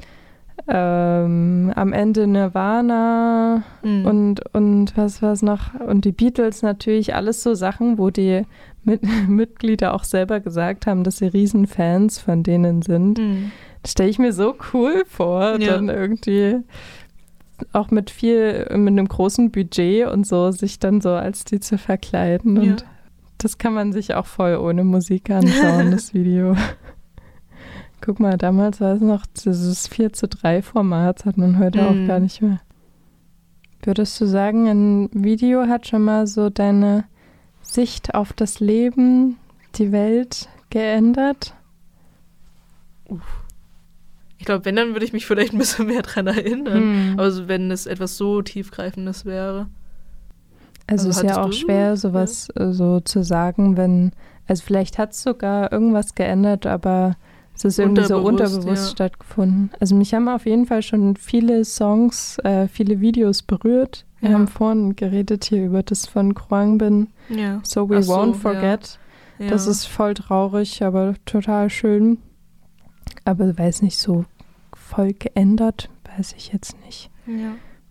am Ende Nirvana und was war's noch, und die Beatles natürlich, alles so Sachen, wo die Mitglieder auch selber gesagt haben, dass sie Riesenfans von denen sind. Stelle ich mir so cool vor, dann irgendwie auch mit einem großen Budget und so, sich dann so als die zu verkleiden. Und das kann man sich auch voll ohne Musik anschauen, das Video. Guck mal, damals war es noch dieses 4:3 Format, hat man heute auch gar nicht mehr. Würdest du sagen, ein Video hat schon mal so deine Sicht auf das Leben, die Welt geändert? Ich glaube, wenn, dann würde ich mich vielleicht ein bisschen mehr dran erinnern. Also wenn es etwas so tiefgreifendes wäre. Also ist ja auch schwer, sowas so zu sagen, also vielleicht hat es sogar irgendwas geändert, aber es ist irgendwie so unterbewusst stattgefunden. Also mich haben auf jeden Fall schon viele Songs, viele Videos berührt. Wir haben vorhin geredet hier über das von Khruangbin. Ja. So We Won't Forget. Ja. Das ist voll traurig, aber total schön. Aber weiß nicht, so voll geändert, weiß ich jetzt nicht. Ja.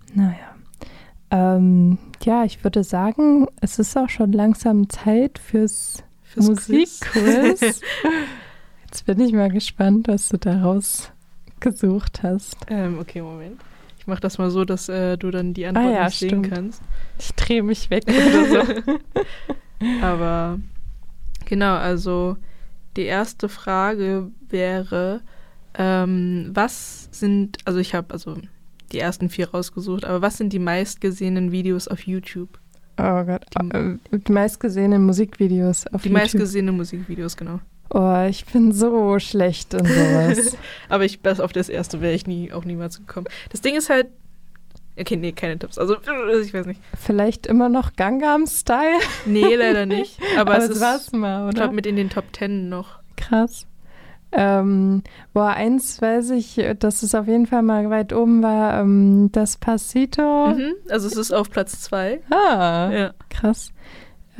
Naja. Ich würde sagen, es ist auch schon langsam Zeit fürs Musikquiz. Jetzt bin ich mal gespannt, was du daraus gesucht hast. Okay, Moment. Ich mache das mal so, dass du dann die Antwort nicht sehen kannst. Ich drehe mich weg oder so. Aber genau, also die erste Frage wäre, was sind, also ich habe die ersten 4 rausgesucht, aber was sind die meistgesehenen Videos auf YouTube? Oh Gott, die meistgesehenen Musikvideos auf YouTube. Die meistgesehenen Musikvideos, genau. Oh, ich bin so schlecht in sowas. Aber auf das erste wäre ich auch niemals gekommen. Das Ding ist halt, okay, nee, keine Tipps. Also, ich weiß nicht. Vielleicht immer noch Gangnam Style? Nee, leider nicht. Aber es war's mal, oder? Ich glaube, mit in den Top 10 noch. Krass. Eins weiß ich, dass es auf jeden Fall mal weit oben war, Despacito. Also es ist auf Platz 2. Ah, ja. Krass. Ich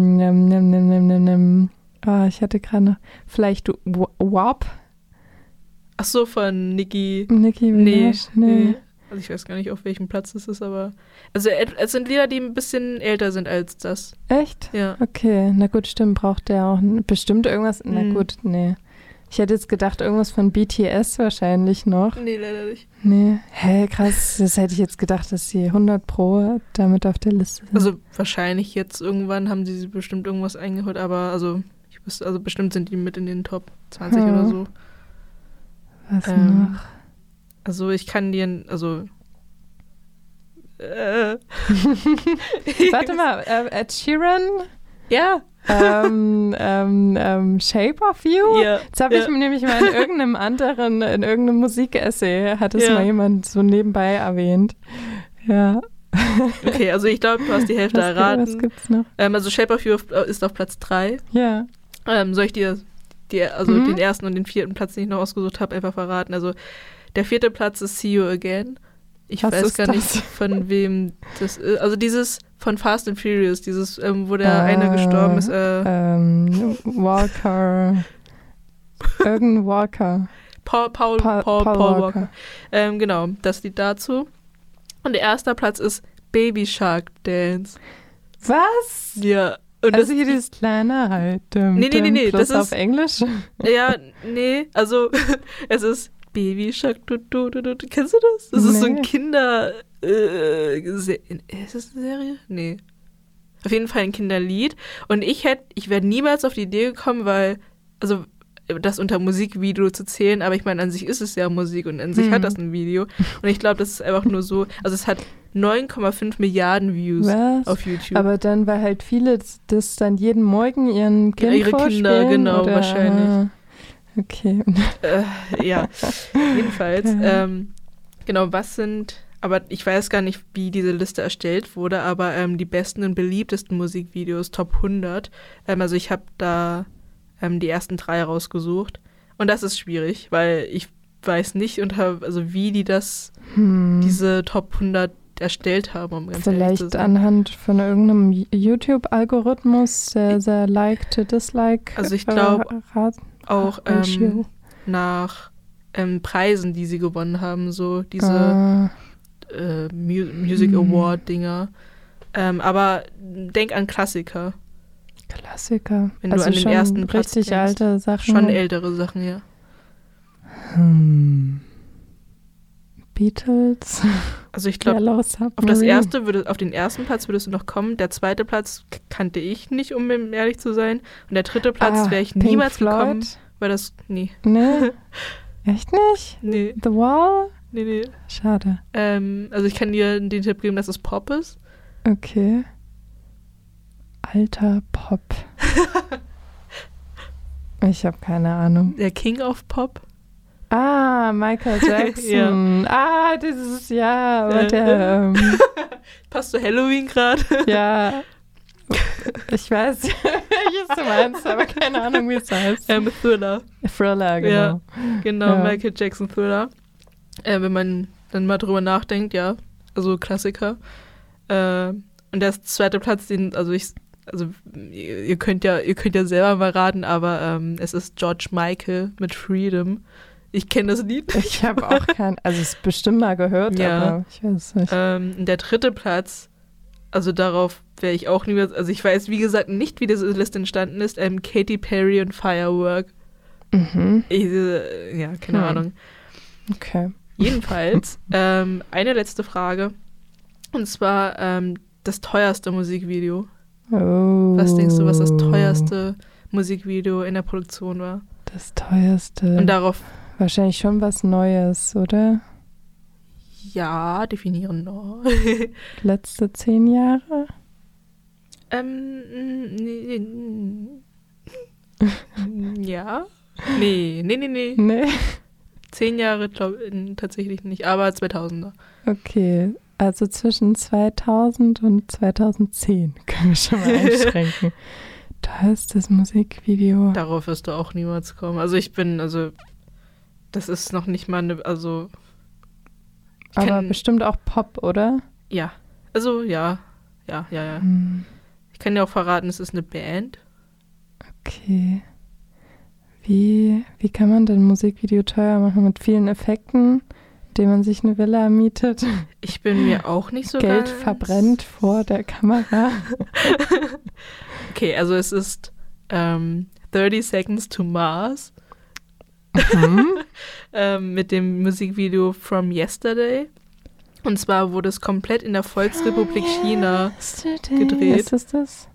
hatte gerade noch, vielleicht WAP. Ach so, von Nicki Minaj? Nee. Also ich weiß gar nicht, auf welchem Platz es ist, aber... Also es sind Lieder, die ein bisschen älter sind als das. Echt? Ja. Okay, na gut, stimmt, braucht der auch bestimmt irgendwas... Na gut, nee. Ich hätte jetzt gedacht, irgendwas von BTS wahrscheinlich noch. Nee, leider nicht. Nee. Hä, krass, das hätte ich jetzt gedacht, dass sie 100 Pro damit auf der Liste sind. Also wahrscheinlich jetzt irgendwann haben sie bestimmt irgendwas eingeholt, aber also bestimmt sind die mit in den Top 20 oder so. Was noch? Also ich kann dir, Warte mal, Ed Sheeran? Ja. Shape of You? Ja. Das habe ich mir nämlich mal in irgendeinem Musikessay, hat es mal jemand so nebenbei erwähnt. Ja. Okay, also ich glaube, du hast die Hälfte erraten. Was gibt's noch? Also Shape of You ist auf Platz 3. Ja. Soll ich dir den ersten und den 4. Platz, den ich noch ausgesucht habe, einfach verraten? Also der 4. Platz ist See You Again. Ich weiß gar nicht, von wem das ist. Also dieses von Fast and Furious, dieses, wo der eine gestorben ist. Walker. Irgendein Walker. Paul Walker. Genau, das Lied dazu. Und der 1. Platz ist Baby Shark Dance. Was? Ja. Und also hier dieses kleine halt. Nee, das ist auf Englisch? Ja, nee, also es ist Baby Shark, kennst du das? Das ist so ein Kinder... ist das eine Serie? Nee. Auf jeden Fall ein Kinderlied. Und ich wäre niemals auf die Idee gekommen, weil, also das unter Musikvideo zu zählen, aber ich meine, an sich ist es ja Musik und an sich hat das ein Video. Und ich glaube, das ist einfach nur so, also es hat 9,5 Milliarden Views auf YouTube. Aber dann, weil halt viele das dann jeden Morgen ihren Kindern ihre Kinder, genau, oder? Wahrscheinlich. Okay. Ja, jedenfalls. Genau, aber ich weiß gar nicht, wie diese Liste erstellt wurde, aber die besten und beliebtesten Musikvideos, Top 100. Also ich habe da die ersten 3 rausgesucht. Und das ist schwierig, weil ich weiß nicht, wie die diese Top 100 erstellt haben, um ganz ehrlich zu sein. Vielleicht anhand von irgendeinem YouTube-Algorithmus, sehr Like-to-Dislike. Also ich glaube auch nach Preisen, die sie gewonnen haben, so diese Music Award-Dinger. Aber denk an Klassiker. Wenn du an den ersten Platz richtig denkst. Alte Sachen. Schon ältere Sachen, ja. Beatles. Also ich glaube, auf den ersten Platz würdest du noch kommen. Der 2. Platz kannte ich nicht, um ehrlich zu sein. Und der 3. Platz wäre ich niemals gekommen, weil das, nee. Nee? Echt nicht? Nee. The Wall? Nee. Schade. Also ich kann dir den Tipp geben, dass es Pop ist. Okay. Alter Pop. Ich habe keine Ahnung. Der King of Pop. Michael Jackson. Ja. Dieses Jahr. Aber der, passt zu Halloween gerade? Ja. Ich weiß, welches du meinst, aber keine Ahnung, wie es heißt. Thriller. Thriller, genau. Ja, genau, ja. Michael Jackson Thriller. Wenn man dann mal drüber nachdenkt, ja. Also Klassiker. Und der 2. Platz, ihr könnt ja selber mal raten, aber es ist George Michael mit Freedom. Ich kenne das Lied. Ich habe auch also es bestimmt mal gehört, aber ich weiß es nicht. Der 3. Platz, also darauf wäre ich auch niemals, also ich weiß, wie gesagt, nicht, wie diese Liste entstanden ist, Katy Perry und Firework. Keine Ahnung. Okay. Jedenfalls, eine letzte Frage, und zwar das teuerste Musikvideo. Oh. Was denkst du, was das teuerste Musikvideo in der Produktion war? Das teuerste. Und darauf... Wahrscheinlich schon was Neues, oder? Ja, definieren noch. Letzte 10 Jahre? Ja. Nee. 10 Jahre, glaube ich, tatsächlich nicht, aber 2000er. Okay, also zwischen 2000 und 2010 können wir schon mal einschränken. teuerstes Musikvideo. Darauf wirst du auch niemals kommen. Das ist noch nicht mal eine, Aber bestimmt auch Pop, oder? Ja. Ja. Ich kann dir auch verraten, es ist eine Band. Okay. Wie kann man denn ein Musikvideo teuer machen? Mit vielen Effekten, indem man sich eine Villa mietet? Ich bin mir auch nicht so Geld verbrennt vor der Kamera. Okay, also es ist 30 Seconds to Mars. Mit dem Musikvideo From Yesterday. Und zwar wurde es komplett in der Volksrepublik China gedreht. Ist das?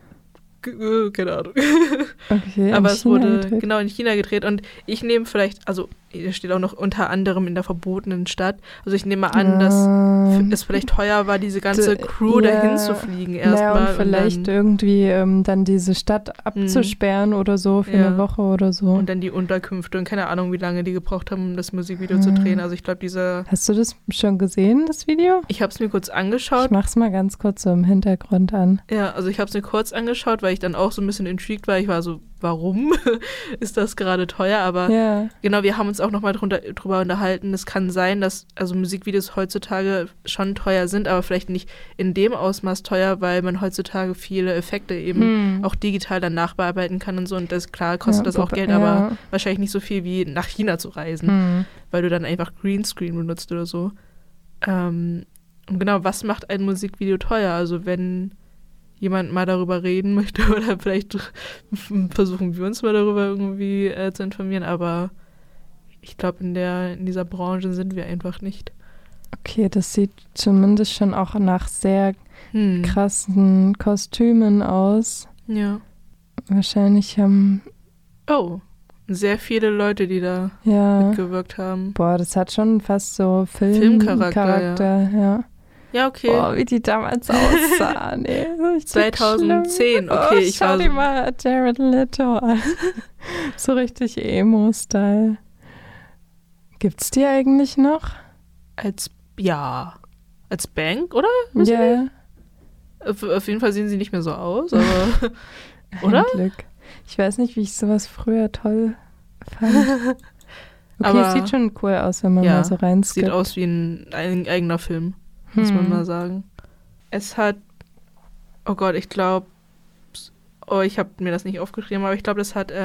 Keine Ahnung. Okay, aber es wurde genau in China gedreht und ich nehme vielleicht, hier steht auch noch unter anderem in der verbotenen Stadt, also ich nehme an, dass es vielleicht teuer war, diese ganze Crew dahin zu fliegen erstmal. Und vielleicht irgendwie dann diese Stadt abzusperren oder so für eine Woche oder so. Und dann die Unterkünfte und keine Ahnung, wie lange die gebraucht haben, um das Musikvideo zu drehen. Also ich glaube, Hast du das schon gesehen, das Video? Ich habe es mir kurz angeschaut. Ich mach's mal ganz kurz so im Hintergrund an. Ja, also ich habe es mir kurz angeschaut, weil ich dann auch so ein bisschen intrigued war. Ich war so, warum ist das gerade teuer? Aber genau, wir haben uns auch nochmal drüber unterhalten. Es kann sein, dass Musikvideos heutzutage schon teuer sind, aber vielleicht nicht in dem Ausmaß teuer, weil man heutzutage viele Effekte eben auch digital dann nachbearbeiten kann und so. Und das, klar, kostet das auch Geld, aber wahrscheinlich nicht so viel wie nach China zu reisen, weil du dann einfach Greenscreen benutzt oder so. Und genau, was macht ein Musikvideo teuer? Also wenn jemand mal darüber reden möchte oder vielleicht versuchen wir uns mal darüber irgendwie zu informieren, aber ich glaube, in dieser Branche sind wir einfach nicht. Okay, das sieht zumindest schon auch nach sehr krassen Kostümen aus. Ja. Wahrscheinlich haben sehr viele Leute, die da mitgewirkt haben. Boah, das hat schon fast so Filmcharakter, ja. Ja, okay. Oh, wie die damals aussahen. 2010, okay. Schau dir mal Jared Leto an. So richtig Emo-Style. Gibt's die eigentlich noch? Als Bank, oder? Ja. Yeah. Auf jeden Fall sehen sie nicht mehr so aus, aber oder? Glück. Ich weiß nicht, wie ich sowas früher toll fand. Okay, aber es sieht schon cool aus, wenn man mal so reinskippt. Sieht aus wie ein eigener Film, muss man mal sagen. Es hat, oh Gott, ich glaube, ich habe mir das nicht aufgeschrieben, aber ich glaube, das hat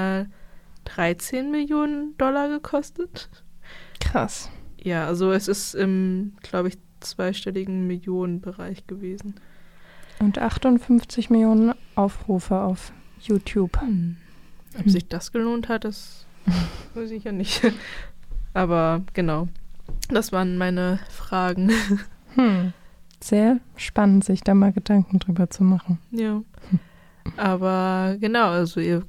13 Millionen Dollar gekostet. Krass. Ja, also es ist im, glaube ich, zweistelligen Millionenbereich gewesen. Und 58 Millionen Aufrufe auf YouTube. Ob sich das gelohnt hat, das weiß ich ja nicht. Aber genau, das waren meine Fragen. Sehr spannend, sich da mal Gedanken drüber zu machen. Ja, aber genau, also wir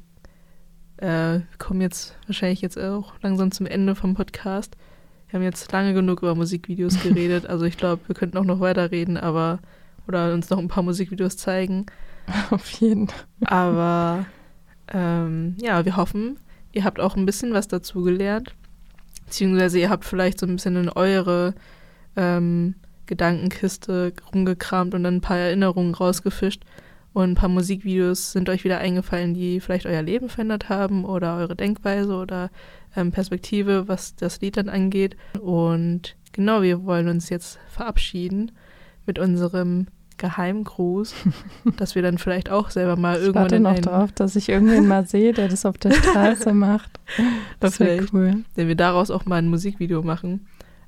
kommen jetzt wahrscheinlich jetzt auch langsam zum Ende vom Podcast. Wir haben jetzt lange genug über Musikvideos geredet, also ich glaube, wir könnten auch noch weiterreden, oder uns noch ein paar Musikvideos zeigen. Auf jeden Fall. Aber wir hoffen, ihr habt auch ein bisschen was dazu gelernt, beziehungsweise ihr habt vielleicht so ein bisschen in eure Gedankenkiste rumgekramt und dann ein paar Erinnerungen rausgefischt und ein paar Musikvideos sind euch wieder eingefallen, die vielleicht euer Leben verändert haben oder eure Denkweise oder Perspektive, was das Lied dann angeht. Und genau, wir wollen uns jetzt verabschieden mit unserem Geheimgruß, dass wir dann vielleicht auch selber mal irgendwann warte noch drauf, dass ich irgendwen mal sehe, der das auf der Straße macht. Das wäre cool. Wenn wir daraus auch mal ein Musikvideo machen.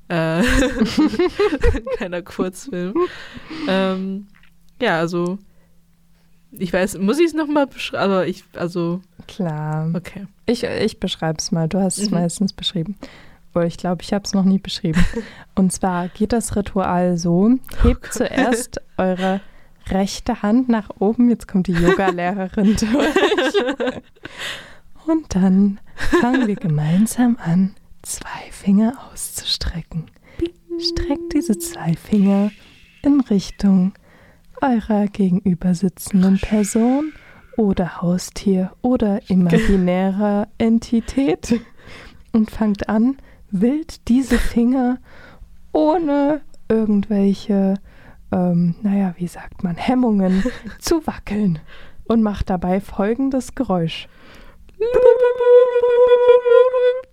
Kleiner Kurzfilm. Also ich weiß, muss ich es nochmal beschreiben? Aber klar. Okay. Ich beschreibe es mal. Du hast es meistens beschrieben. Oder ich glaube, ich habe es noch nie beschrieben. Und zwar geht das Ritual so: Hebt zuerst eure rechte Hand nach oben. Jetzt kommt die Yoga-Lehrerin durch. Und dann fangen wir gemeinsam an, 2 Finger auszustrecken. Streckt diese 2 Finger in Richtung eurer gegenüber sitzenden Person oder Haustier oder imaginärer Entität und fangt an, wild diese Finger ohne irgendwelche, wie sagt man, Hemmungen zu wackeln. und macht dabei folgendes Geräusch.